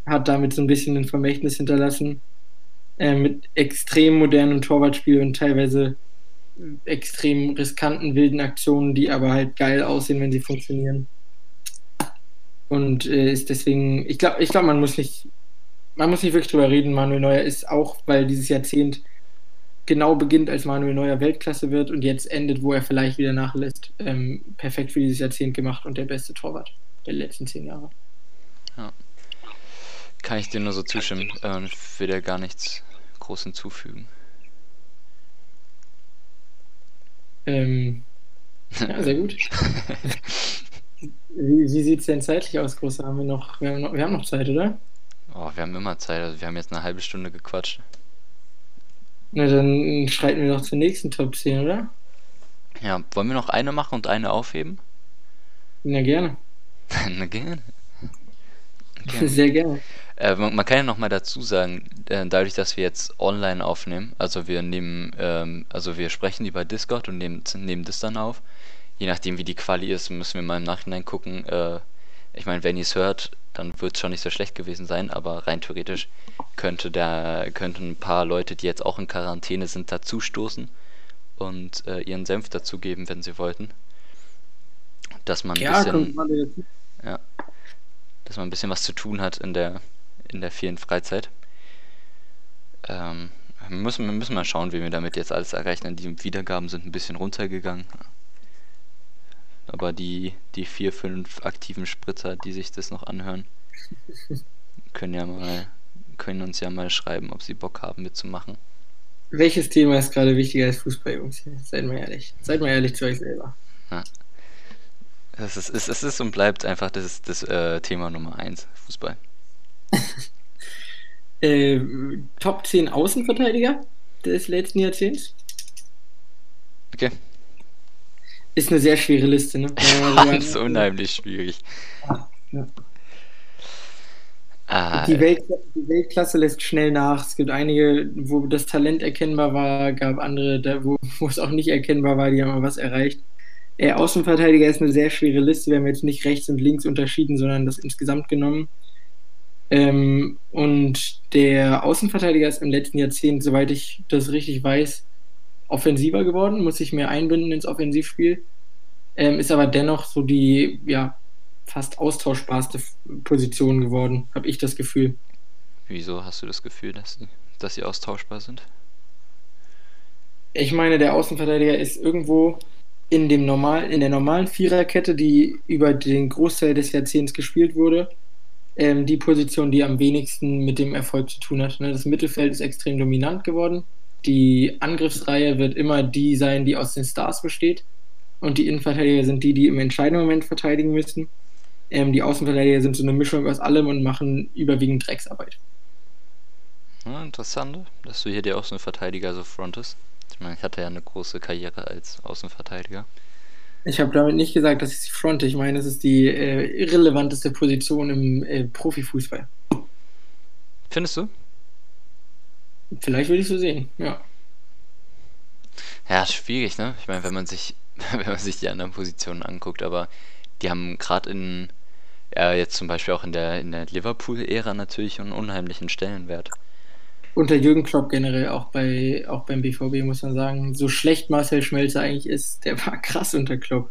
hat damit so ein bisschen ein Vermächtnis hinterlassen, mit extrem modernem Torwartspiel und teilweise extrem riskanten, wilden Aktionen, die aber halt geil aussehen, wenn sie funktionieren. Und ist deswegen, ich glaub, man muss nicht wirklich drüber reden. Manuel Neuer ist auch, weil dieses Jahrzehnt genau beginnt, als Manuel Neuer Weltklasse wird und jetzt endet, wo er vielleicht wieder nachlässt. Perfekt für dieses Jahrzehnt gemacht und der beste Torwart der letzten 10 Jahre. Ja, kann ich dir nur so zustimmen. Ich will dir gar nichts groß hinzufügen. Ähm, ja, sehr gut. Wie sieht es denn zeitlich aus, Große? Wir haben noch Zeit, oder? Oh, wir haben immer Zeit. Also wir haben jetzt eine halbe Stunde gequatscht. Na, dann schreiten wir doch zur nächsten Top 10, oder? Ja, wollen wir noch eine machen und eine aufheben? Na, gerne. Na, gerne. Gerne. Sehr gerne. Man kann ja noch mal dazu sagen, dadurch, dass wir jetzt online aufnehmen, also wir sprechen über Discord und nehmen das dann auf. Je nachdem, wie die Quali ist, müssen wir mal im Nachhinein gucken. Ich meine, wenn ihr es hört, dann wird es schon nicht so schlecht gewesen sein, aber rein theoretisch könnten ein paar Leute, die jetzt auch in Quarantäne sind, dazustoßen und ihren Senf dazugeben, wenn sie wollten. Dass man ein Ja, kommt bisschen, mal dazu. ja, dass man ein bisschen was zu tun hat in der vielen Freizeit. Wir müssen mal schauen, wie wir damit jetzt alles erreichen. Die Wiedergaben sind ein bisschen runtergegangen. Aber die 4, 5 aktiven Spritzer, die sich das noch anhören, können uns ja mal schreiben, ob sie Bock haben mitzumachen. Welches Thema ist gerade wichtiger als Fußball, Jungs? Seid mal ehrlich. Seid mal ehrlich zu euch selber. Ja. Es ist und bleibt einfach das Thema Nummer 1, Fußball. Äh, Top 10 Außenverteidiger des letzten Jahrzehnts? Okay. Ist eine sehr schwere Liste, ne? Ganz unheimlich schwierig. Ja. Ah, Die Weltklasse lässt schnell nach. Es gibt einige, wo das Talent erkennbar war, gab andere, wo es auch nicht erkennbar war, die haben aber was erreicht. Außenverteidiger ist eine sehr schwere Liste. Wir haben jetzt nicht rechts und links unterschieden, sondern das insgesamt genommen. Und der Außenverteidiger ist im letzten Jahrzehnt, soweit ich das richtig weiß, offensiver geworden, muss sich mehr einbinden ins Offensivspiel. Ist aber dennoch so die, ja, fast austauschbarste Position geworden, habe ich das Gefühl. wieso hast du das Gefühl, dass sie austauschbar sind? Ich meine, der Außenverteidiger ist irgendwo in der normalen Viererkette, die über den Großteil des Jahrzehnts gespielt wurde, die Position, die am wenigsten mit dem Erfolg zu tun hat. Ne? Das Mittelfeld ist extrem dominant geworden. Die Angriffsreihe wird immer die sein, die aus den Stars besteht. Und die Innenverteidiger sind die im entscheidenden Moment verteidigen müssen. Die Außenverteidiger sind so eine Mischung aus allem und machen überwiegend Drecksarbeit. Ja, interessant, dass du hier die Außenverteidiger so frontest. Ich meine, ich hatte ja eine große Karriere als Außenverteidiger. Ich habe damit nicht gesagt, dass ich sie fronte. Ich meine, es ist die irrelevanteste Position im Profifußball. Findest du? Vielleicht würde ich so sehen, ja. Ja, schwierig, ne? Ich meine, wenn man sich die anderen Positionen anguckt, aber die haben gerade jetzt zum Beispiel auch in der Liverpool-Ära natürlich einen unheimlichen Stellenwert. Unter Jürgen Klopp generell, auch beim BVB muss man sagen, so schlecht Marcel Schmelzer eigentlich ist, der war krass unter Klopp.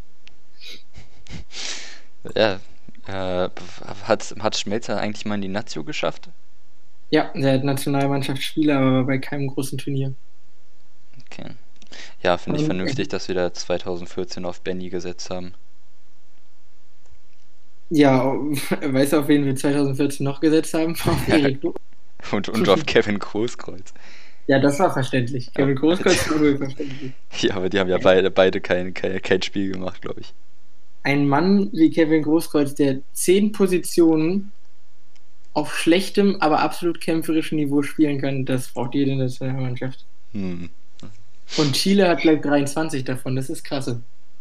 Ja, hat Schmelzer eigentlich mal in die Nazio geschafft? Ja, der hat Nationalmannschaftsspieler, aber bei keinem großen Turnier. Okay. Ja, finde ich Und, vernünftig, dass wir da 2014 auf Benny gesetzt haben. ja, weißt du, auf wen wir 2014 noch gesetzt haben? Auf Erik Durm. Und auf Kevin Großkreuz. Ja, das war verständlich. Ja, Kevin Großkreuz war wohl verständlich. ja, aber die haben ja beide kein Spiel gemacht, glaube ich. Ein Mann wie Kevin Großkreuz, der 10 Positionen auf schlechtem, aber absolut kämpferischem Niveau spielen kann, das braucht jede Nationalmannschaft. Hm. Und Chile hat gleich 23 davon, das ist krasse.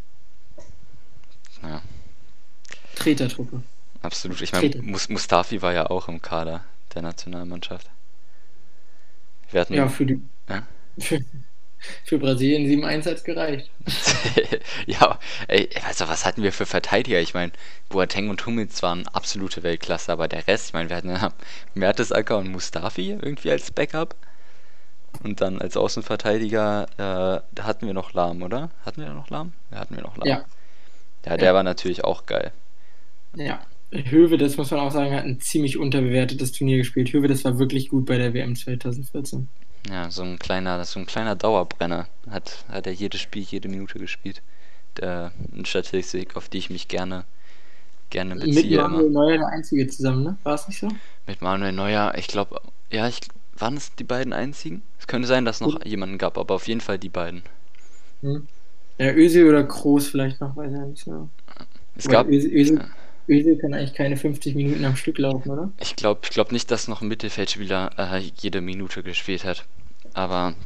Ja, Tretertruppe. absolut. Ich meine, Treter. Mustafi war ja auch im Kader der Nationalmannschaft. Wir Ja, hatten, für die, ja, für, Für Brasilien 7-1 hat's gereicht. Ja, ey, also was hatten wir für Verteidiger? Ich meine, Boateng und Hummels waren absolute Weltklasse, aber der Rest, ich meine, wir hatten ja Mertesacker und Mustafi irgendwie als Backup und dann als Außenverteidiger, da hatten wir noch Lahm, oder? Hatten wir noch Lahm? Ja, hatten wir noch Lahm. Ja, Ja, der ja, war natürlich auch geil. ja. Höwe, das muss man auch sagen, hat ein ziemlich unterbewertetes Turnier gespielt. Höwe, das war wirklich gut bei der WM 2014. Ja, so ein kleiner Dauerbrenner. Hat er jedes Spiel, jede Minute gespielt. Eine Statistik, auf die ich mich gerne Mit beziehe immer. Manuel Neuer der Einzige zusammen, ne? War es nicht so? Mit Manuel Neuer, ich glaube, ja, waren es die beiden einzigen? Es könnte sein, dass noch jemanden gab, aber auf jeden Fall die beiden. Mhm. Ja, Özil oder Kroos vielleicht noch, weiß ich ja nicht so. Es Wobei gab, Özil kann eigentlich keine 50 Minuten am Stück laufen, oder? ich glaube nicht, dass noch ein Mittelfeldspieler jede Minute gespielt hat. Aber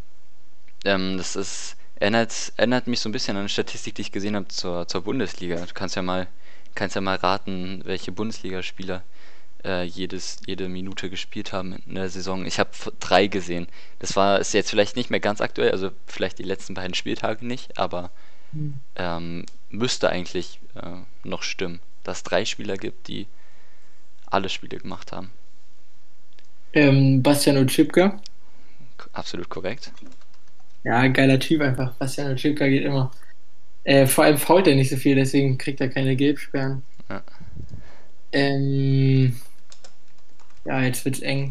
erinnert mich so ein bisschen an eine Statistik, die ich gesehen habe zur Bundesliga. Du kannst ja mal raten, welche Bundesligaspieler jede Minute gespielt haben in der Saison. Ich habe 3 gesehen. Ist jetzt vielleicht nicht mehr ganz aktuell, also vielleicht die letzten beiden Spieltage nicht, aber Hm. müsste eigentlich noch stimmen, dass 3 Spieler gibt, die alle Spiele gemacht haben. Bastian Oczipka. Absolut korrekt. Ja, geiler Typ einfach. Bastian Oczipka geht immer. Vor allem fault er nicht so viel, deswegen kriegt er keine Gelbsperren. Ja. Ähm, ja, jetzt wird's eng.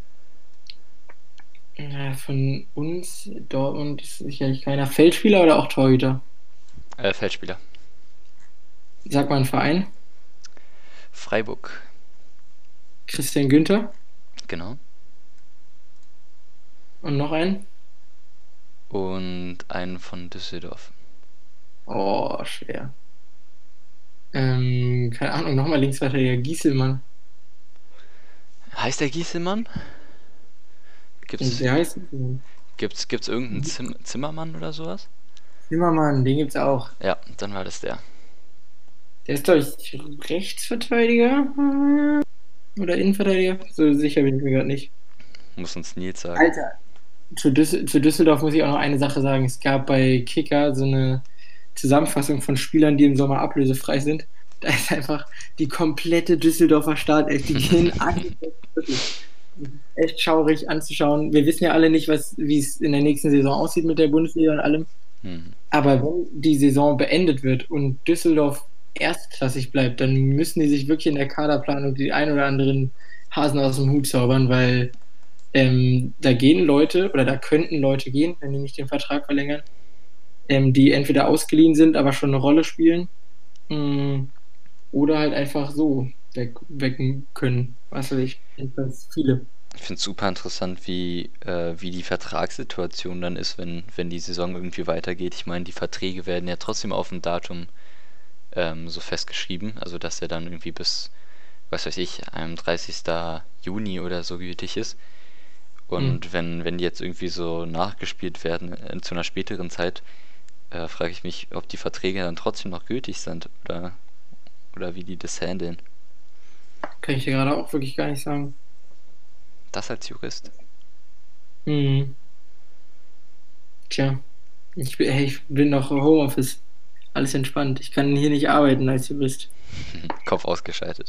Ja, von uns, Dortmund ist sicherlich keiner. Feldspieler oder auch Torhüter? Feldspieler. Sag mal einen Verein. Freiburg. Christian Günther. Genau. Und noch einen. Und einen von Düsseldorf. Oh, schwer. Keine Ahnung, nochmal Linksverteidiger. Gieselmann. Heißt der Gieselmann? Gibt's, Der heißt Gieselmann. gibt's irgendeinen Zimmermann oder sowas? Zimmermann, den gibt's auch. Ja, dann war das der. Der ist, glaube ich, Rechtsverteidiger oder Innenverteidiger. So sicher bin ich mir gerade nicht. Muss uns Nils sagen. Alter, zu Düsseldorf muss ich auch noch eine Sache sagen. Es gab bei Kicker so eine Zusammenfassung von Spielern, die im Sommer ablösefrei sind. Da ist einfach die komplette Düsseldorfer Startelf. Die gehen alle. Echt schaurig anzuschauen. Wir wissen ja alle nicht, wie es in der nächsten Saison aussieht mit der Bundesliga und allem. Hm. Aber wenn die Saison beendet wird und Düsseldorf erstklassig bleibt, dann müssen die sich wirklich in der Kaderplanung die ein oder anderen Hasen aus dem Hut zaubern, weil da gehen Leute oder da könnten Leute gehen, wenn die nicht den Vertrag verlängern, die entweder ausgeliehen sind, aber schon eine Rolle spielen, oder halt einfach so weg können. Was weiß ich. Jedenfalls viele. Ich finde es super interessant, wie die Vertragssituation dann ist, wenn die Saison irgendwie weitergeht. Ich meine, die Verträge werden ja trotzdem auf ein Datum so festgeschrieben, also dass der dann irgendwie bis, was weiß ich, 31. Juni oder so gültig ist. Hm. Und wenn die jetzt irgendwie so nachgespielt werden zu einer späteren Zeit, frage ich mich, ob die Verträge dann trotzdem noch gültig sind oder wie die das handeln. Kann ich dir gerade auch wirklich gar nicht sagen. Das als Jurist. Hm. Tja, ich bin noch Homeoffice. Alles entspannt. Ich kann hier nicht arbeiten als Jurist. Kopf ausgeschaltet.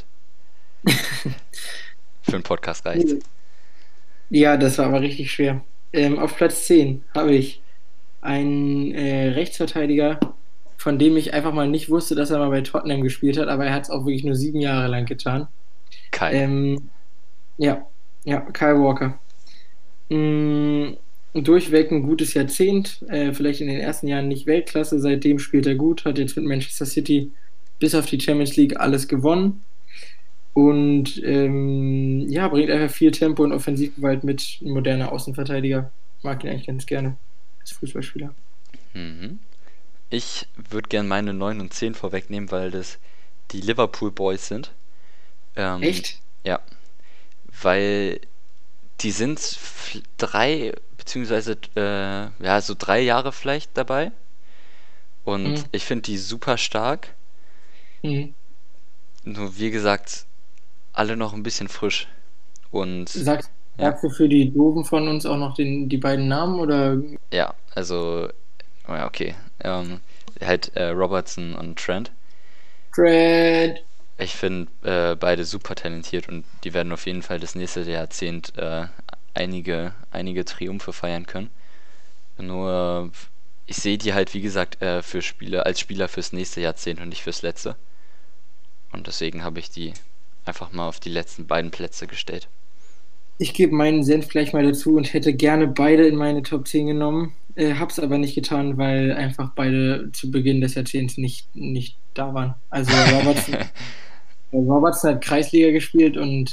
Für einen Podcast reicht's. Ja, das war aber richtig schwer. Auf Platz 10 habe ich einen Rechtsverteidiger, von dem ich einfach mal nicht wusste, dass er mal bei Tottenham gespielt hat, aber er hat es auch wirklich nur 7 Jahre lang getan. Kai. Ähm, ja, ja, Kyle Walker. Mm, durchweg ein gutes Jahrzehnt, vielleicht in den ersten Jahren nicht Weltklasse, seitdem spielt er gut, hat jetzt mit Manchester City bis auf die Champions League alles gewonnen und ja, bringt einfach viel Tempo und Offensivgewalt mit, ein moderner Außenverteidiger. Mag ihn eigentlich ganz gerne als Fußballspieler. Mhm. Ich würde gern meine 9 und 10 vorwegnehmen, weil das die Liverpool Boys sind. Ähm, Echt? ja, weil die sind 3, beziehungsweise ja, so 3 Jahre vielleicht dabei. Und Mhm. ich finde die super stark. Mhm. Nur wie gesagt, alle noch ein bisschen frisch. Und Sagst, Ja, Sagst du für die Doofen von uns auch noch die beiden Namen oder ja, also, oh ja, okay. Halt Robertson und Trent. Fred? Ich finde beide super talentiert und die werden auf jeden Fall das nächste Jahrzehnt einige Triumphe feiern können. Nur ich sehe die halt, wie gesagt, als Spieler fürs nächste Jahrzehnt und nicht fürs letzte. Und deswegen habe ich die einfach mal auf die letzten beiden Plätze gestellt. Ich gebe meinen Senf gleich mal dazu und hätte gerne beide in meine Top 10 genommen. Hab's aber nicht getan, weil einfach beide zu Beginn des Jahrzehnts nicht da waren. Also Robertson hat Kreisliga gespielt und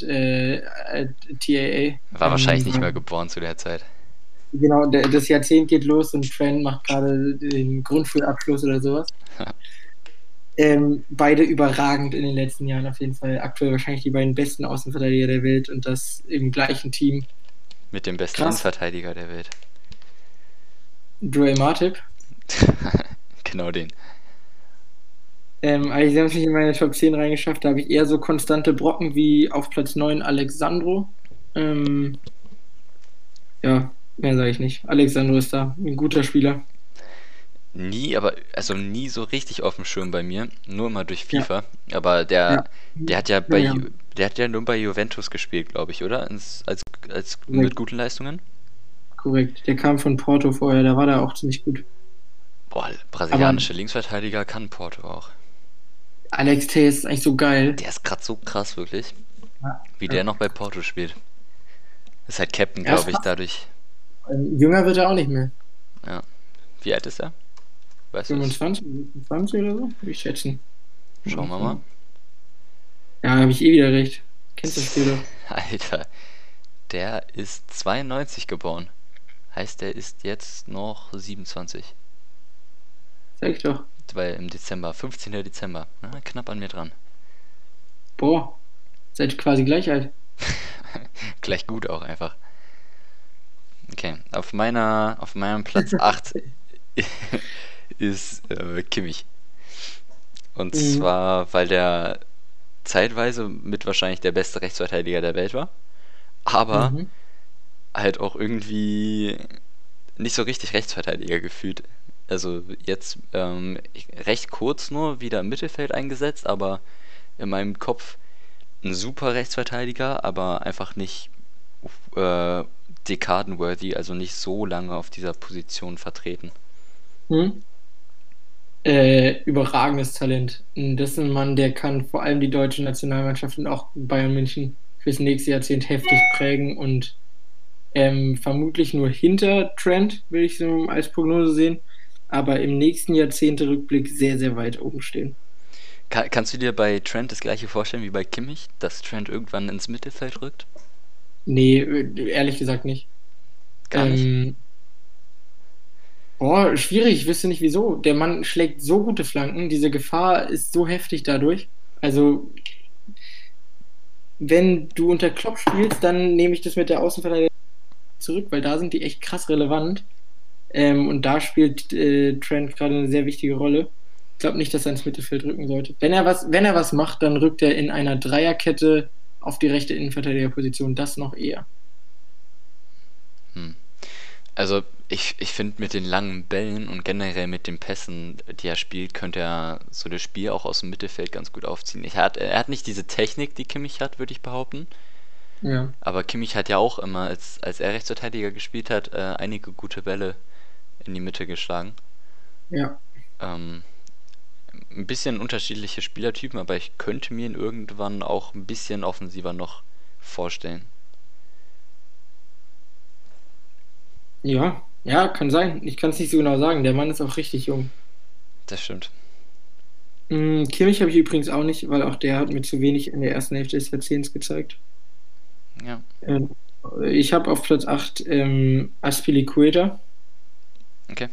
TAA. War wahrscheinlich nicht mehr geboren zu der Zeit. Genau, das Jahrzehnt geht los und Trent macht gerade den Grundschulabschluss oder sowas. Beide überragend in den letzten Jahren auf jeden Fall. Aktuell wahrscheinlich die beiden besten Außenverteidiger der Welt und das im gleichen Team. Mit dem besten Krass. Innenverteidiger der Welt. Joel Matip. Genau den. Also sie haben es nicht in meine Top 10 reingeschafft. Da habe ich eher so konstante Brocken wie auf Platz 9 Alexandro. Ähm, ja, mehr sage ich nicht. Alexandro ist da ein guter Spieler. Also nie so richtig auf dem Schirm bei mir, nur immer durch Ja, FIFA. Aber ja. der hat ja Ja, ja, der hat ja nur bei Juventus gespielt, glaube ich, oder? Als mit korrekt, guten Leistungen? korrekt. Der kam von Porto vorher, da war der auch ziemlich gut. Boah, Aber brasilianische Linksverteidiger kann Porto auch. Alex Tay ist eigentlich so geil. Der ist gerade so krass, wirklich, Ja, wie der ja. noch bei Porto spielt. Ist halt Captain, Er ist glaube ich, fast, dadurch. jünger wird er auch nicht mehr. Ja. Wie alt ist er? Weißt du es? 25, 26 oder so, würde ich schätzen. Schauen wir mal. Ja, habe ich eh wieder recht. Kennst das Spiel doch. Alter, der ist 92 geboren. Heißt, der ist jetzt noch 27. Sag ich doch. Weil im Dezember, 15. Dezember. Na, knapp an mir dran. Boah, seid quasi gleich alt. Gleich gut auch einfach. Okay, auf meinem Platz 8 ist Kimmich. Und Mhm. zwar, weil der zeitweise mit wahrscheinlich der beste Rechtsverteidiger der Welt war, aber Mhm. halt auch irgendwie nicht so richtig Rechtsverteidiger gefühlt. Also jetzt recht kurz nur wieder im Mittelfeld eingesetzt, aber in meinem Kopf ein super Rechtsverteidiger, aber einfach nicht äh, dekadenworthy, also nicht so lange auf dieser Position vertreten. Mhm. Überragendes Talent. Das ist ein Mann, der kann vor allem die deutsche Nationalmannschaft und auch Bayern München fürs nächste Jahrzehnt heftig prägen und vermutlich nur hinter Trent, will ich so als Prognose sehen, aber im nächsten Jahrzehnt-Rückblick sehr, sehr weit oben stehen. Kannst du dir bei Trent das gleiche vorstellen wie bei Kimmich, dass Trent irgendwann ins Mittelfeld rückt? Nee, ehrlich gesagt nicht. Gar nicht? Ähm, Boah, schwierig, ich wüsste nicht wieso. Der Mann schlägt so gute Flanken, diese Gefahr ist so heftig dadurch. Also, wenn du unter Klopp spielst, dann nehme ich das mit der Außenverteidigung zurück, weil da sind die echt krass relevant. Und da spielt Trent gerade eine sehr wichtige Rolle. Ich glaube nicht, dass er ins Mittelfeld rücken sollte. Wenn er was macht, dann rückt er in einer Dreierkette auf die rechte Innenverteidigerposition. Das noch eher. Hm. Also ich finde mit den langen Bällen und generell mit den Pässen, die er spielt, könnte er so das Spiel auch aus dem Mittelfeld ganz gut aufziehen. Er hat nicht diese Technik, die Kimmich hat, würde ich behaupten. Ja, Aber Kimmich hat ja auch immer, als er Rechtsverteidiger gespielt hat, einige gute Bälle in die Mitte geschlagen. ja. Ähm, ein bisschen unterschiedliche Spielertypen, aber ich könnte mir ihn irgendwann auch ein bisschen offensiver noch vorstellen. Ja, ja, kann sein. Ich kann es nicht so genau sagen. Der Mann ist auch richtig jung. Das stimmt. Kimmich habe ich übrigens auch nicht, weil auch der hat mir zu wenig in der ersten Hälfte des Jahrzehnts gezeigt. Ja, Ähm, Ich habe auf Platz 8 Azpilicueta. okay.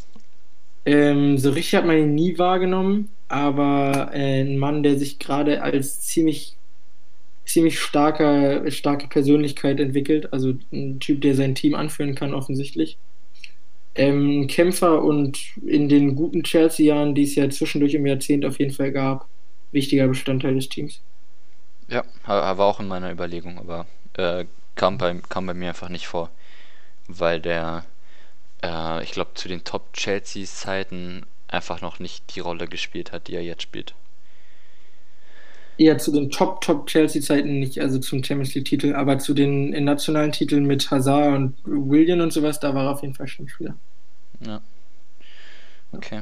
So richtig hat man ihn nie wahrgenommen, aber ein Mann, der sich gerade als ziemlich starke Persönlichkeit entwickelt, also ein Typ, der sein Team anführen kann, offensichtlich. Ein Kämpfer und in den guten Chelsea-Jahren, die es ja zwischendurch im Jahrzehnt auf jeden Fall gab, wichtiger Bestandteil des Teams. Ja, war auch in meiner Überlegung, aber kam bei mir einfach nicht vor, weil ich glaube, zu den Top-Chelsea-Zeiten einfach noch nicht die Rolle gespielt hat, die er jetzt spielt. Eher zu den Top-Chelsea-Zeiten nicht, also zum Champions League-Titel, aber zu den nationalen Titeln mit Hazard und Willian und sowas, da war er auf jeden Fall schon Spieler. Ja, okay.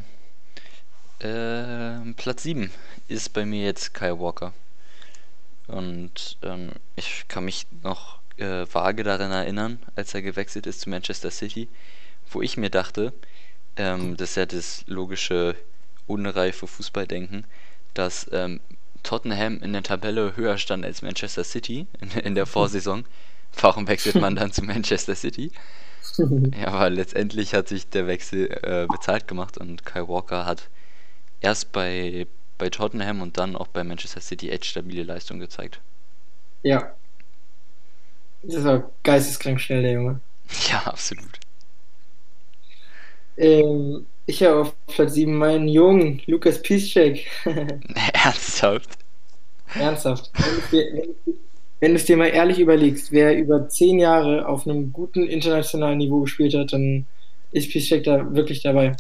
Platz 7 ist bei mir jetzt Kyle Walker. Und ich kann mich noch vage daran erinnern, als er gewechselt ist zu Manchester City, wo ich mir dachte, das ist ja das logische, unreife Fußballdenken, dass Tottenham in der Tabelle höher stand als Manchester City in der Vorsaison. Warum wechselt man dann zu Manchester City? Ja, aber letztendlich hat sich der Wechsel bezahlt gemacht und Kyle Walker hat erst bei Tottenham und dann auch bei Manchester City echt stabile Leistung gezeigt. Ja, das ist auch geisteskrank schnell, der Junge. Ja, absolut. Ich habe auf Platz 7 meinen Jungen, Lukas Piszczek. Ernsthaft? Ernsthaft. Wenn du es dir mal ehrlich überlegst, wer über 10 Jahre auf einem guten internationalen Niveau gespielt hat, dann ist Piszczek da wirklich dabei.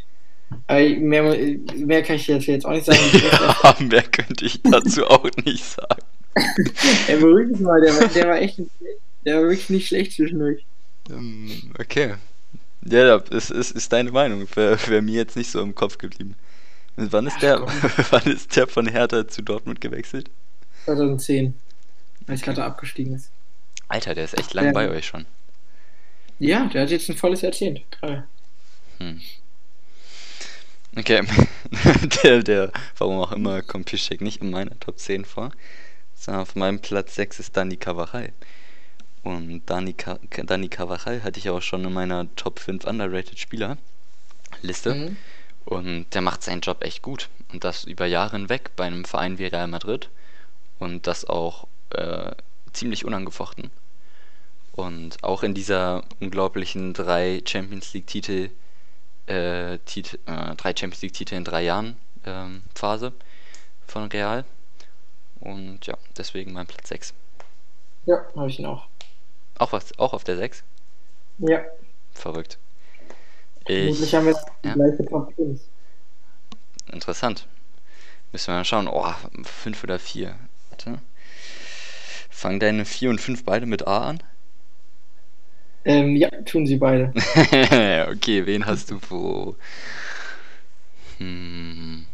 Mehr kann ich jetzt auch nicht sagen. Ja, mehr könnte ich dazu auch nicht sagen. Beruhig dich mal, der war wirklich nicht schlecht zwischendurch. Okay. Ja, ist deine Meinung. Wäre mir jetzt nicht so im Kopf geblieben. Wann ist Ach komm, wann ist der von Hertha zu Dortmund gewechselt? 2010, als Okay. Hertha abgestiegen ist. Alter, der ist echt lang bei Ähm, euch schon. ja, der hat jetzt ein volles Jahrzehnt. Gerade. Hm. Okay. Warum auch immer, kommt Piszczek nicht in meiner Top 10 vor. Sondern auf meinem Platz 6 ist Dani Carvajal. Und Dani Carvajal hatte ich auch schon in meiner Top 5 Underrated Spieler Liste. Mhm. Und der macht seinen Job echt gut. Und das über Jahre hinweg bei einem Verein wie Real Madrid. Und das auch ziemlich unangefochten. Und auch in dieser unglaublichen drei Champions League Titel in 3 Jahren Phase von Real. Und ja, deswegen mein Platz 6. Ja, habe ich ihn auch. Auch auf der 6? Ja, Verrückt. vermutlich haben wir die Ja, gleiche Top 5. interessant. Müssen wir mal schauen. Oh, 5 oder 4. Warte. Fangen deine 4 und 5 beide mit A an? Ja, tun sie beide. Okay, wen hast du wo? Hm.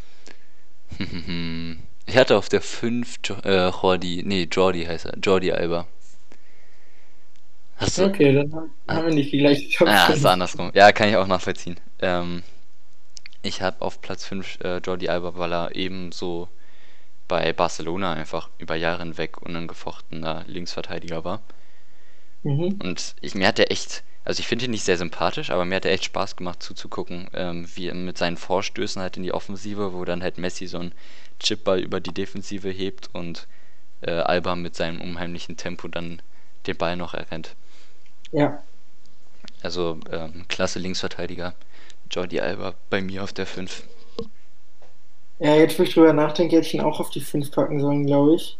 Ich hatte auf der 5 Jordi heißt er. Jordi Alba. Hast du. Okay, dann Ah, haben wir nicht die gleiche Top ist 5. andersrum. Ja, kann ich auch nachvollziehen. Ich habe auf Platz 5 Jordi Alba, weil er ebenso bei Barcelona einfach über Jahre hinweg unangefochtener Linksverteidiger war. Mhm. Und mir hat er echt, also ich finde ihn nicht sehr sympathisch, aber mir hat er echt Spaß gemacht zuzugucken, wie er mit seinen Vorstößen halt in die Offensive, wo dann halt Messi so einen Chipball über die Defensive hebt und Alba mit seinem unheimlichen Tempo dann den Ball noch errennt. Ja. Also klasse Linksverteidiger. Jordi Alba bei mir auf der 5. Ja, jetzt, wo ich drüber nachdenke, hätte ich ihn auch auf die 5 packen sollen, glaube ich.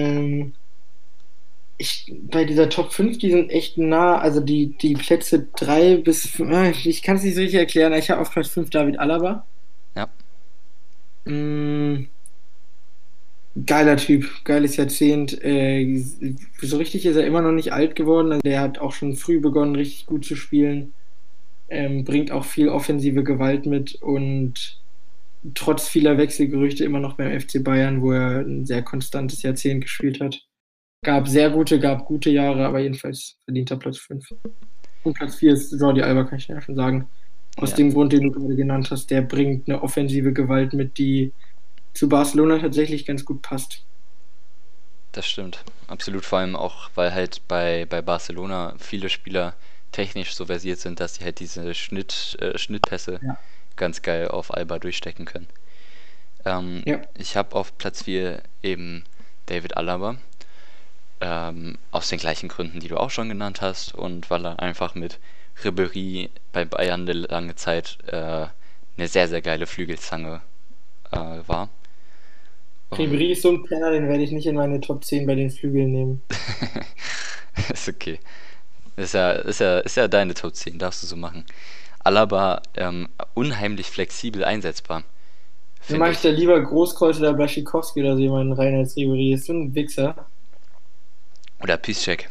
Bei dieser Top 5, die sind echt nah, also die Plätze 3 bis 5, ich kann es nicht so richtig erklären. Ich habe auf Platz 5 David Alaba. Ja, Mm, Geiler Typ, geiles Jahrzehnt. So richtig ist er immer noch nicht alt geworden. Also der hat auch schon früh begonnen, richtig gut zu spielen. Bringt auch viel offensive Gewalt mit und trotz vieler Wechselgerüchte immer noch beim FC Bayern, wo er ein sehr konstantes Jahrzehnt gespielt hat. Gab gute Jahre, aber jedenfalls verdienter Platz 5. Und Platz 4 ist Jordi Alba, kann ich ja schon sagen. Aus ja, dem Grund, den du gerade genannt hast, der bringt eine offensive Gewalt mit, die zu Barcelona tatsächlich ganz gut passt. das stimmt. Absolut, vor allem auch, weil halt bei Barcelona viele Spieler technisch so versiert sind, dass sie halt diese Schnittpässe Ja. ganz geil auf Alba durchstecken können. Ja. Ich habe auf Platz 4 eben David Alaba. Aus den gleichen Gründen, die du auch schon genannt hast und weil er einfach mit Ribéry bei Bayern eine lange Zeit eine sehr, sehr geile Flügelzange war. Und Ribéry ist so ein Penner, den werde ich nicht in meine Top 10 bei den Flügeln nehmen. ist okay. Ist ja deine Top 10, darfst du so machen. Alaba unheimlich flexibel einsetzbar, Dann finde mache ich da ich. lieber Großkreuz oder Blaschikowski oder so jemanden rein als Ribéry. Ist so ein Wichser. Oder Piszczek.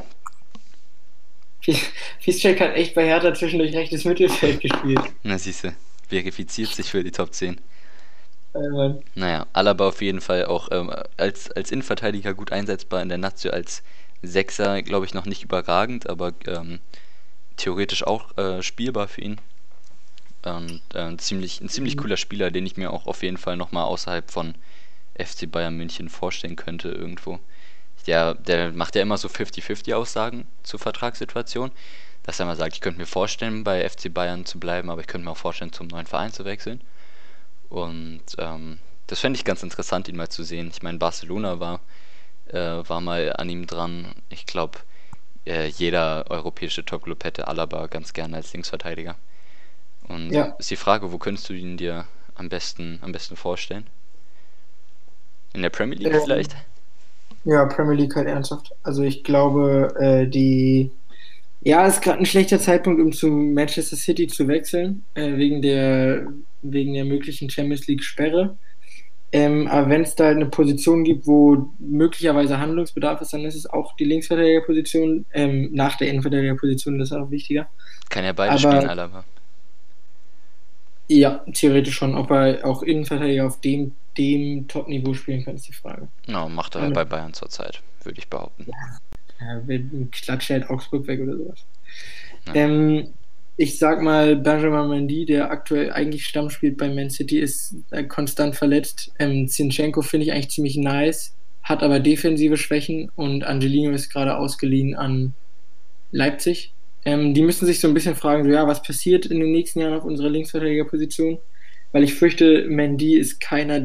Piszczek hat echt bei Hertha zwischendurch rechtes Mittelfeld gespielt. Na siehste, verifiziert sich für die Top 10. Mann. Naja, Alaba auf jeden Fall auch als Innenverteidiger gut einsetzbar in der Nazio, als Sechser, glaube ich, noch nicht überragend, aber theoretisch auch spielbar für ihn. Und ein ziemlich cooler Spieler, den ich mir auch auf jeden Fall nochmal außerhalb von FC Bayern München vorstellen könnte irgendwo. Der macht ja immer so 50-50 Aussagen zur Vertragssituation, dass er mal sagt, ich könnte mir vorstellen, bei FC Bayern zu bleiben, aber ich könnte mir auch vorstellen, zum neuen Verein zu wechseln. Und das fände ich ganz interessant, ihn mal zu sehen. Ich meine, Barcelona war mal an ihm dran. Ich glaube, jeder europäische Topclub hätte Alaba ganz gerne als Linksverteidiger. Und Ja, ist die Frage, wo könntest du ihn dir am besten vorstellen? In der Premier League ähm, vielleicht? ja, Premier League halt ernsthaft. Also ich glaube, ja, ist gerade ein schlechter Zeitpunkt, um zu Manchester City zu wechseln, wegen der möglichen Champions League Sperre. Aber wenn es da eine Position gibt, wo möglicherweise Handlungsbedarf ist, dann ist es auch die Linksverteidigerposition, nach der Innenverteidigerposition, das ist auch wichtiger. Kann ja beide spielen, Aber Alaba. ja, theoretisch schon, ob er auch Innenverteidiger auf dem Top-Niveau spielen kann, ist die Frage. Ja, macht er ja Und, bei Bayern zurzeit, würde ich behaupten. ja, klatscht halt Augsburg weg oder sowas. Ja. Ähm, Ich sag mal, Benjamin Mendy, der aktuell eigentlich Stamm spielt bei Man City, ist konstant verletzt. Zinchenko finde ich eigentlich ziemlich nice, hat aber defensive Schwächen und Angelino ist gerade ausgeliehen an Leipzig. Die müssen sich so ein bisschen fragen, so, ja, was passiert in den nächsten Jahren auf unserer Linksverteidigerposition? Weil ich fürchte, Mendy ist keiner,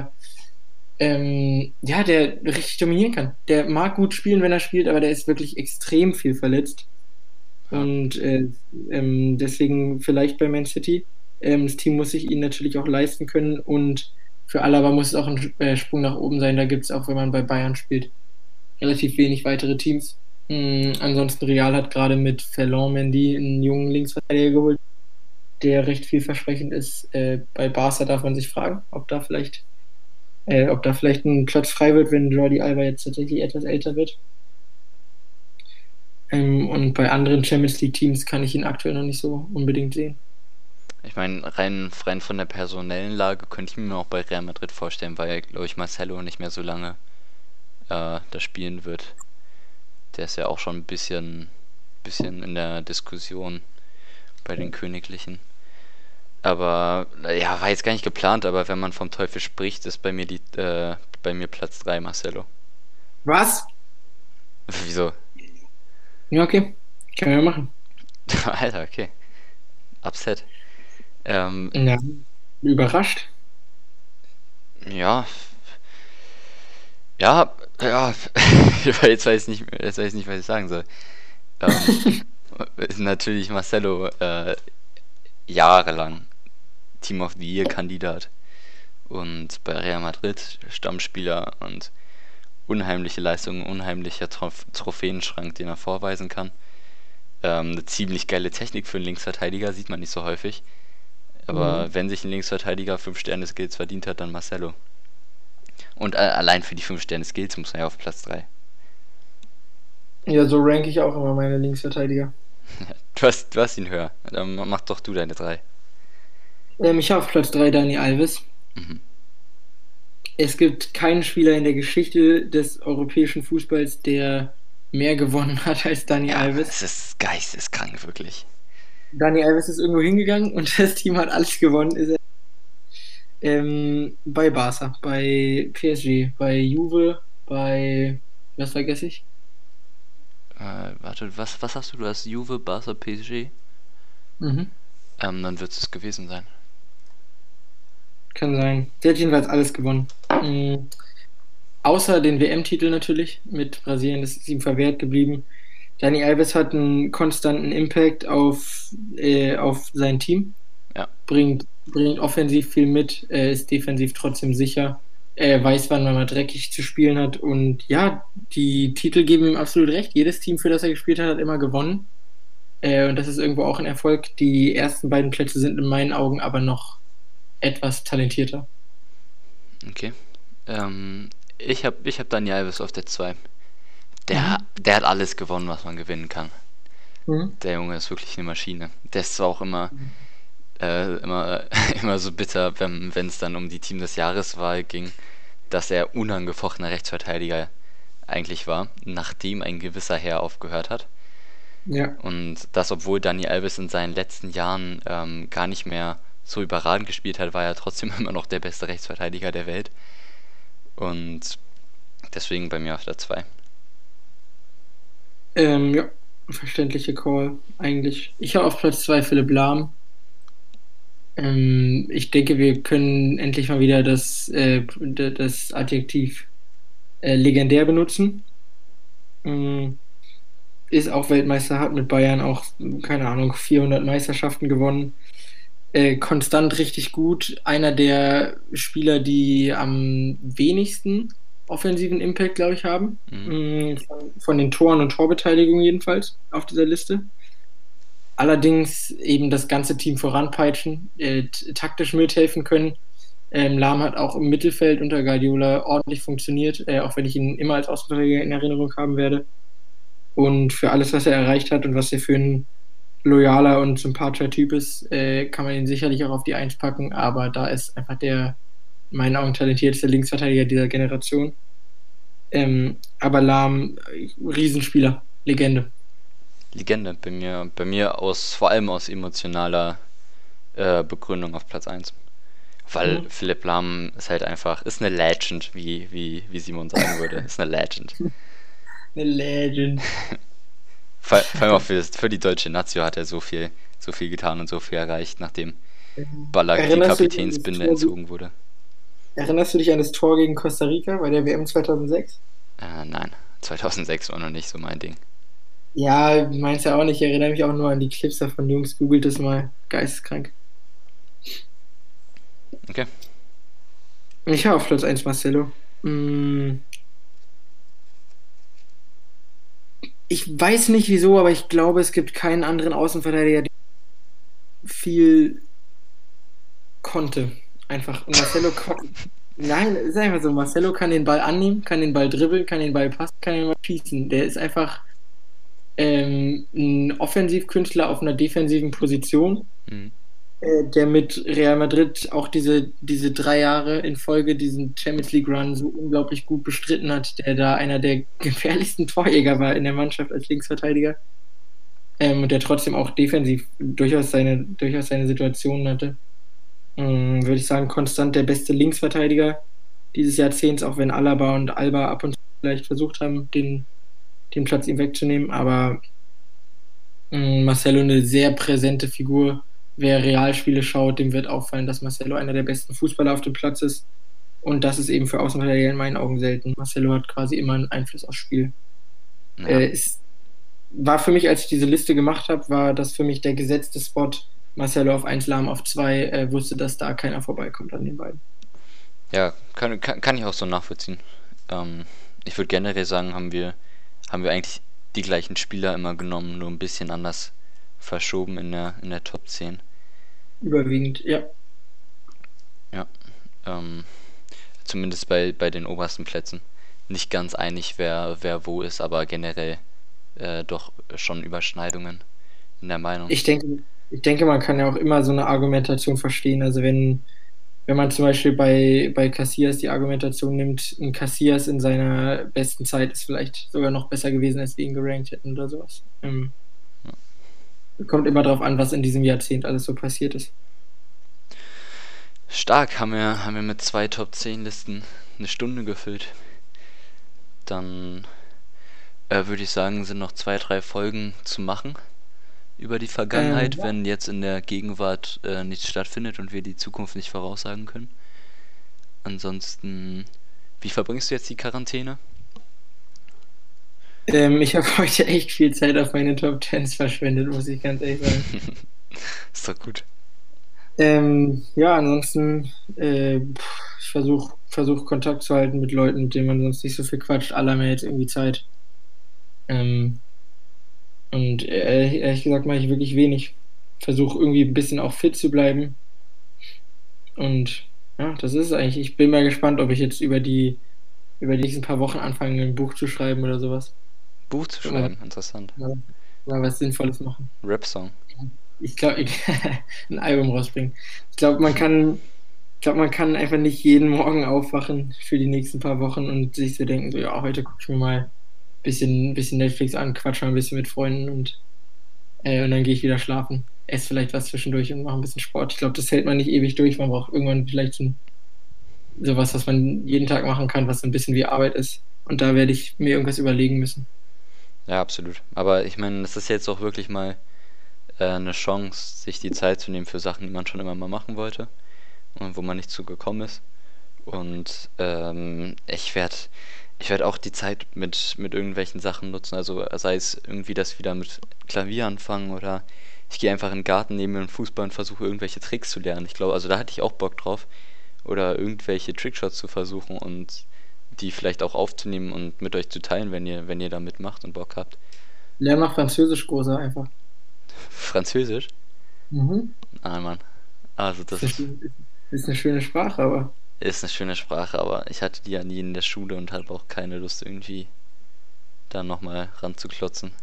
ja, der richtig dominieren kann. Der mag gut spielen, wenn er spielt, aber der ist wirklich extrem viel verletzt. Ja. Und deswegen vielleicht bei Man City. Das Team muss sich ihn natürlich auch leisten können und für Alaba muss es auch ein Sprung nach oben sein. Da gibt es auch, wenn man bei Bayern spielt, relativ wenig weitere Teams. Ansonsten Real hat gerade mit Ferland Mendy einen jungen Linksverteidiger geholt, der recht vielversprechend ist. Bei Barca darf man sich fragen, ob da vielleicht ein Platz frei wird, wenn Jordi Alba jetzt tatsächlich etwas älter wird. Und bei anderen Champions League Teams kann ich ihn aktuell noch nicht so unbedingt sehen. Ich meine, rein von der personellen Lage könnte ich mir auch bei Real Madrid vorstellen, weil, glaube ich, Marcelo nicht mehr so lange da spielen wird. Der ist ja auch schon ein bisschen in der Diskussion bei den Königlichen. Aber, ja, war jetzt gar nicht geplant, aber wenn man vom Teufel spricht, ist bei mir Platz 3 Marcelo. Was? Wieso? Ja, okay. Können wir machen. Alter, okay. Upset. Ähm, Ja, überrascht. ja, ja, ja. Jetzt weiß ich nicht, was ich sagen soll. Ähm, ist natürlich Marcelo jahrelang Team of the Year Kandidat und bei Real Madrid Stammspieler und unheimliche Leistungen, unheimlicher Trophäenschrank, den er vorweisen kann. Eine ziemlich geile Technik für einen Linksverteidiger, sieht man nicht so häufig. Mhm. Aber wenn sich ein Linksverteidiger 5 Sterne Skills verdient hat, dann Marcelo. Und allein für die 5 Sterne Skills muss er ja auf Platz 3. Ja, so ranke ich auch immer meine Linksverteidiger. Du hast ihn höher. Dann mach doch du deine 3. Ich habe auf Platz 3 Dani Alves. Mhm. Es gibt keinen Spieler in der Geschichte des europäischen Fußballs, der mehr gewonnen hat als Dani Ja, Alves. es ist geisteskrank, wirklich. Dani Alves ist irgendwo hingegangen und das Team hat alles gewonnen. Ist er, bei Barca, bei PSG, bei Juve, was vergesse ich? Warte, was hast du? Du hast Juve, Barca, PSG? Mhm. Dann wird es gewesen sein. Kann sein. Der hat jedenfalls alles gewonnen. Außer den WM-Titel natürlich mit Brasilien, das ist ihm verwehrt geblieben. Dani Alves hat einen konstanten Impact auf sein Team, Ja, bringt offensiv viel mit, ist defensiv trotzdem sicher Er weiß, wann man mal dreckig zu spielen hat. Und ja, die Titel geben ihm absolut recht. Jedes Team, für das er gespielt hat, hat immer gewonnen. Und das ist irgendwo auch ein Erfolg. Die ersten beiden Plätze sind in meinen Augen aber noch etwas talentierter. Okay. Ich hab Dani Alves auf der 2. Der, Mhm. der hat alles gewonnen, was man gewinnen kann. Mhm. Der Junge ist wirklich eine Maschine. Der ist zwar auch immer, immer so bitter, wenn es dann um die Team des Jahreswahl ging, dass er unangefochtener Rechtsverteidiger eigentlich war, nachdem ein gewisser Herr aufgehört hat. Ja. Und das, obwohl Dani Alves in seinen letzten Jahren gar nicht mehr so überragend gespielt hat, war er trotzdem immer noch der beste Rechtsverteidiger der Welt. Und deswegen bei mir auf der 2. Ja, verständliche Call, eigentlich. Ich habe auf Platz 2 Philipp Lahm. Ich denke, wir können endlich mal wieder das Adjektiv legendär benutzen. Ähm, Ist auch Weltmeister, hat mit Bayern auch, keine Ahnung, 400 Meisterschaften gewonnen. Konstant richtig gut. Einer der Spieler, die am wenigsten offensiven Impact, glaube ich, haben. Mhm. Von den Toren und Torbeteiligungen jedenfalls auf dieser Liste. Allerdings eben das ganze Team voranpeitschen, taktisch mithelfen können. Lahm hat auch im Mittelfeld unter Guardiola ordentlich funktioniert, auch wenn ich ihn immer als Außenverteidiger in Erinnerung haben werde. Und für alles, was er erreicht hat und was er für ein loyaler und sympathischer Typ ist, kann man ihn sicherlich auch auf die Eins packen. Aber da ist einfach der, in meinen Augen, talentierteste Linksverteidiger dieser Generation. Aber Lahm, Riesenspieler, Legende. Legende bei mir vor allem aus emotionaler Begründung auf Platz 1. Weil Mhm. Philipp Lahm ist halt einfach, ist eine Legend, wie Simon sagen würde. Ist eine Legend. Eine Legend. Vor allem auch für die deutsche Nazio hat er so viel getan und so viel erreicht, nachdem Ballack die Erinnerst du dich an Kapitänsbinde entzogen wurde. Erinnerst du dich an das Tor gegen Costa Rica bei der WM 2006? Nein, 2006 war noch nicht so mein Ding. Ja, meinst ja auch nicht. Ich erinnere mich auch nur an die Clips davon. Jungs, googelt das mal. Geisteskrank. Okay. Ich habe auf Platz 1 Marcelo. Ich weiß nicht wieso, aber ich glaube, es gibt keinen anderen Außenverteidiger, der viel konnte. Einfach. Und Marcelo konnte. Nein, es ist einfach so. Marcelo kann den Ball annehmen, kann den Ball dribbeln, kann den Ball passen, kann den Ball schießen. Der ist einfach ein Offensivkünstler auf einer defensiven Position, Mhm. der mit Real Madrid auch diese 3 Jahre in Folge diesen Champions League Run so unglaublich gut bestritten hat, der da einer der gefährlichsten Torjäger war in der Mannschaft als Linksverteidiger, und der trotzdem auch defensiv durchaus seine Situationen hatte. Würde ich sagen, konstant der beste Linksverteidiger dieses Jahrzehnts, auch wenn Alaba und Alba ab und zu vielleicht versucht haben, den Platz ihm wegzunehmen, aber Marcelo eine sehr präsente Figur. Wer Realspiele schaut, dem wird auffallen, dass Marcelo einer der besten Fußballer auf dem Platz ist. Und das ist eben für Außenverteidiger in meinen Augen selten. Marcelo hat quasi immer einen Einfluss aufs Spiel. Ja. War für mich, als ich diese Liste gemacht habe, war das für mich der gesetzte Spot. Marcelo auf 1, Lahm auf 2, wusste, dass da keiner vorbeikommt an den beiden. Ja, kann ich auch so nachvollziehen. Ähm, Ich würde generell sagen, haben wir eigentlich die gleichen Spieler immer genommen, nur ein bisschen anders verschoben in der Top 10. Überwiegend, ja. Ja. Ähm, Zumindest bei den obersten Plätzen. Nicht ganz einig, wer wo ist, aber generell doch schon Überschneidungen in der Meinung. Ich denke, man kann ja auch immer so eine Argumentation verstehen. Also wenn man zum Beispiel bei Casillas die Argumentation nimmt, ein Casillas in seiner besten Zeit ist vielleicht sogar noch besser gewesen, als wir ihn gerankt hätten oder sowas. Kommt immer darauf an, was in diesem Jahrzehnt alles so passiert ist. Stark, haben wir mit 2 Top 10 Listen eine Stunde gefüllt. Dann würde ich sagen, sind noch 2, 3 Folgen zu machen über die Vergangenheit, Ja. wenn jetzt in der Gegenwart nichts stattfindet und wir die Zukunft nicht voraussagen können. Ansonsten, wie verbringst du jetzt die Quarantäne? Ich habe heute echt viel Zeit auf meine Top Tens verschwendet, muss ich ganz ehrlich sagen. Ist doch gut. Ja, ansonsten, ich versuche versuche Kontakt zu halten mit Leuten, mit denen man sonst nicht so viel quatscht. Alle haben ja jetzt irgendwie Zeit. Ähm, und ehrlich gesagt mache ich wirklich wenig. Versuche irgendwie ein bisschen auch fit zu bleiben. Und ja, das ist es eigentlich. Ich bin mal gespannt, ob ich jetzt über die nächsten paar Wochen anfange, ein Buch zu schreiben oder sowas. Buch zu Mal, schreiben, interessant. mal was Sinnvolles machen. Rap-Song. Ich glaube, ein Album rausbringen. Ich glaube, man kann einfach nicht jeden Morgen aufwachen für die nächsten paar Wochen und sich so denken, so, ja, heute gucke ich mir mal bisschen Netflix an, quatsch mal ein bisschen mit Freunden und dann gehe ich wieder schlafen. Esse vielleicht was zwischendurch und mache ein bisschen Sport. Ich glaube, das hält man nicht ewig durch. Man braucht irgendwann vielleicht sowas, was man jeden Tag machen kann, was so ein bisschen wie Arbeit ist. Und da werde ich mir irgendwas überlegen müssen. Ja, absolut. Aber ich meine, das ist jetzt auch wirklich mal eine Chance, sich die Zeit zu nehmen für Sachen, die man schon immer mal machen wollte und wo man nicht zugekommen ist. Und ich werd auch die Zeit mit irgendwelchen Sachen nutzen. Also sei es irgendwie das wieder mit Klavier anfangen oder ich gehe einfach in den Garten, nehme mir einen Fußball und versuche irgendwelche Tricks zu lernen. Ich glaube, also da hatte ich auch Bock drauf. Oder irgendwelche Trickshots zu versuchen und die vielleicht auch aufzunehmen und mit euch zu teilen, wenn ihr da mitmacht und Bock habt. Lern mal Französisch, großer einfach. Französisch? Mhm. Ah, Mann. Also Ist das eine, schöne- ist eine schöne Sprache, aber. ist eine schöne Sprache, aber ich hatte die ja nie in der Schule und habe auch keine Lust irgendwie da nochmal ranzuklotzen.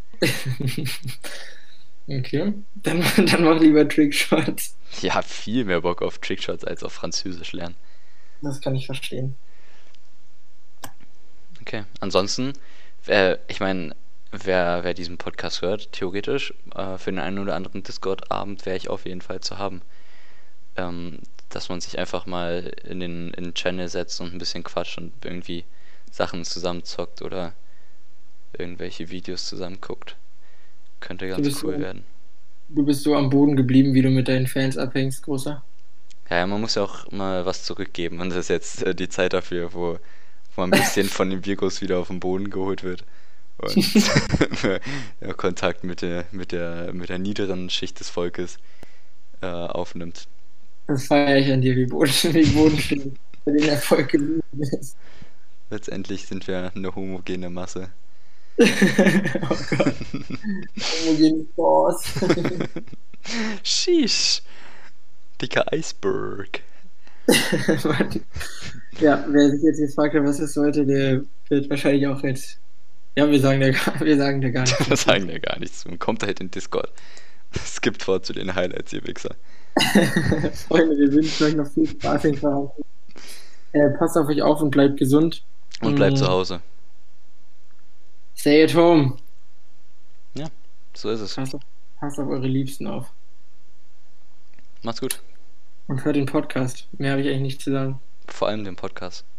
Okay. Dann mach lieber Trickshots. Ja, viel mehr Bock auf Trickshots als auf Französisch lernen. Das kann ich verstehen. Okay. Ansonsten, ich meine, wer diesen Podcast hört, theoretisch, für den einen oder anderen Discord-Abend wäre ich auf jeden Fall zu haben. Dass man sich einfach mal in den Channel setzt und ein bisschen quatscht und irgendwie Sachen zusammenzockt oder irgendwelche Videos zusammen guckt. Könnte Du ganz bist cool so, werden. du bist so am Boden geblieben, wie du mit deinen Fans abhängst, großer. Ja, ja, man muss ja auch mal was zurückgeben und das ist jetzt die Zeit dafür, wo ein bisschen von dem Virus wieder auf den Boden geholt wird und ja, Kontakt mit der niederen Schicht des Volkes aufnimmt. Das feiere ich an dir, wie bodenständig du den Erfolg geblieben bist. Letztendlich sind wir eine homogene Masse. Oh Gott, homogenes Chaos. Sheesh, dicker Eisberg. Mann. Ja, wer sich jetzt gefragt hat, was ist heute, der wird wahrscheinlich auch jetzt. Ja, wir sagen da gar nichts Wir mehr zu. sagen ja gar nichts. Man kommt halt in Discord. Skippt vor zu den Highlights, ihr Wichser. Freunde, wir wünschen euch noch viel Spaß in Quarantäne. Passt auf euch auf und bleibt gesund. Und bleibt zu Mm, Hause. Stay at home. Ja, so ist es. Passt auf, passt auf eure Liebsten auf. Macht's gut. Und hört den Podcast. Mehr habe ich eigentlich nicht zu sagen. Vor allem den Podcast.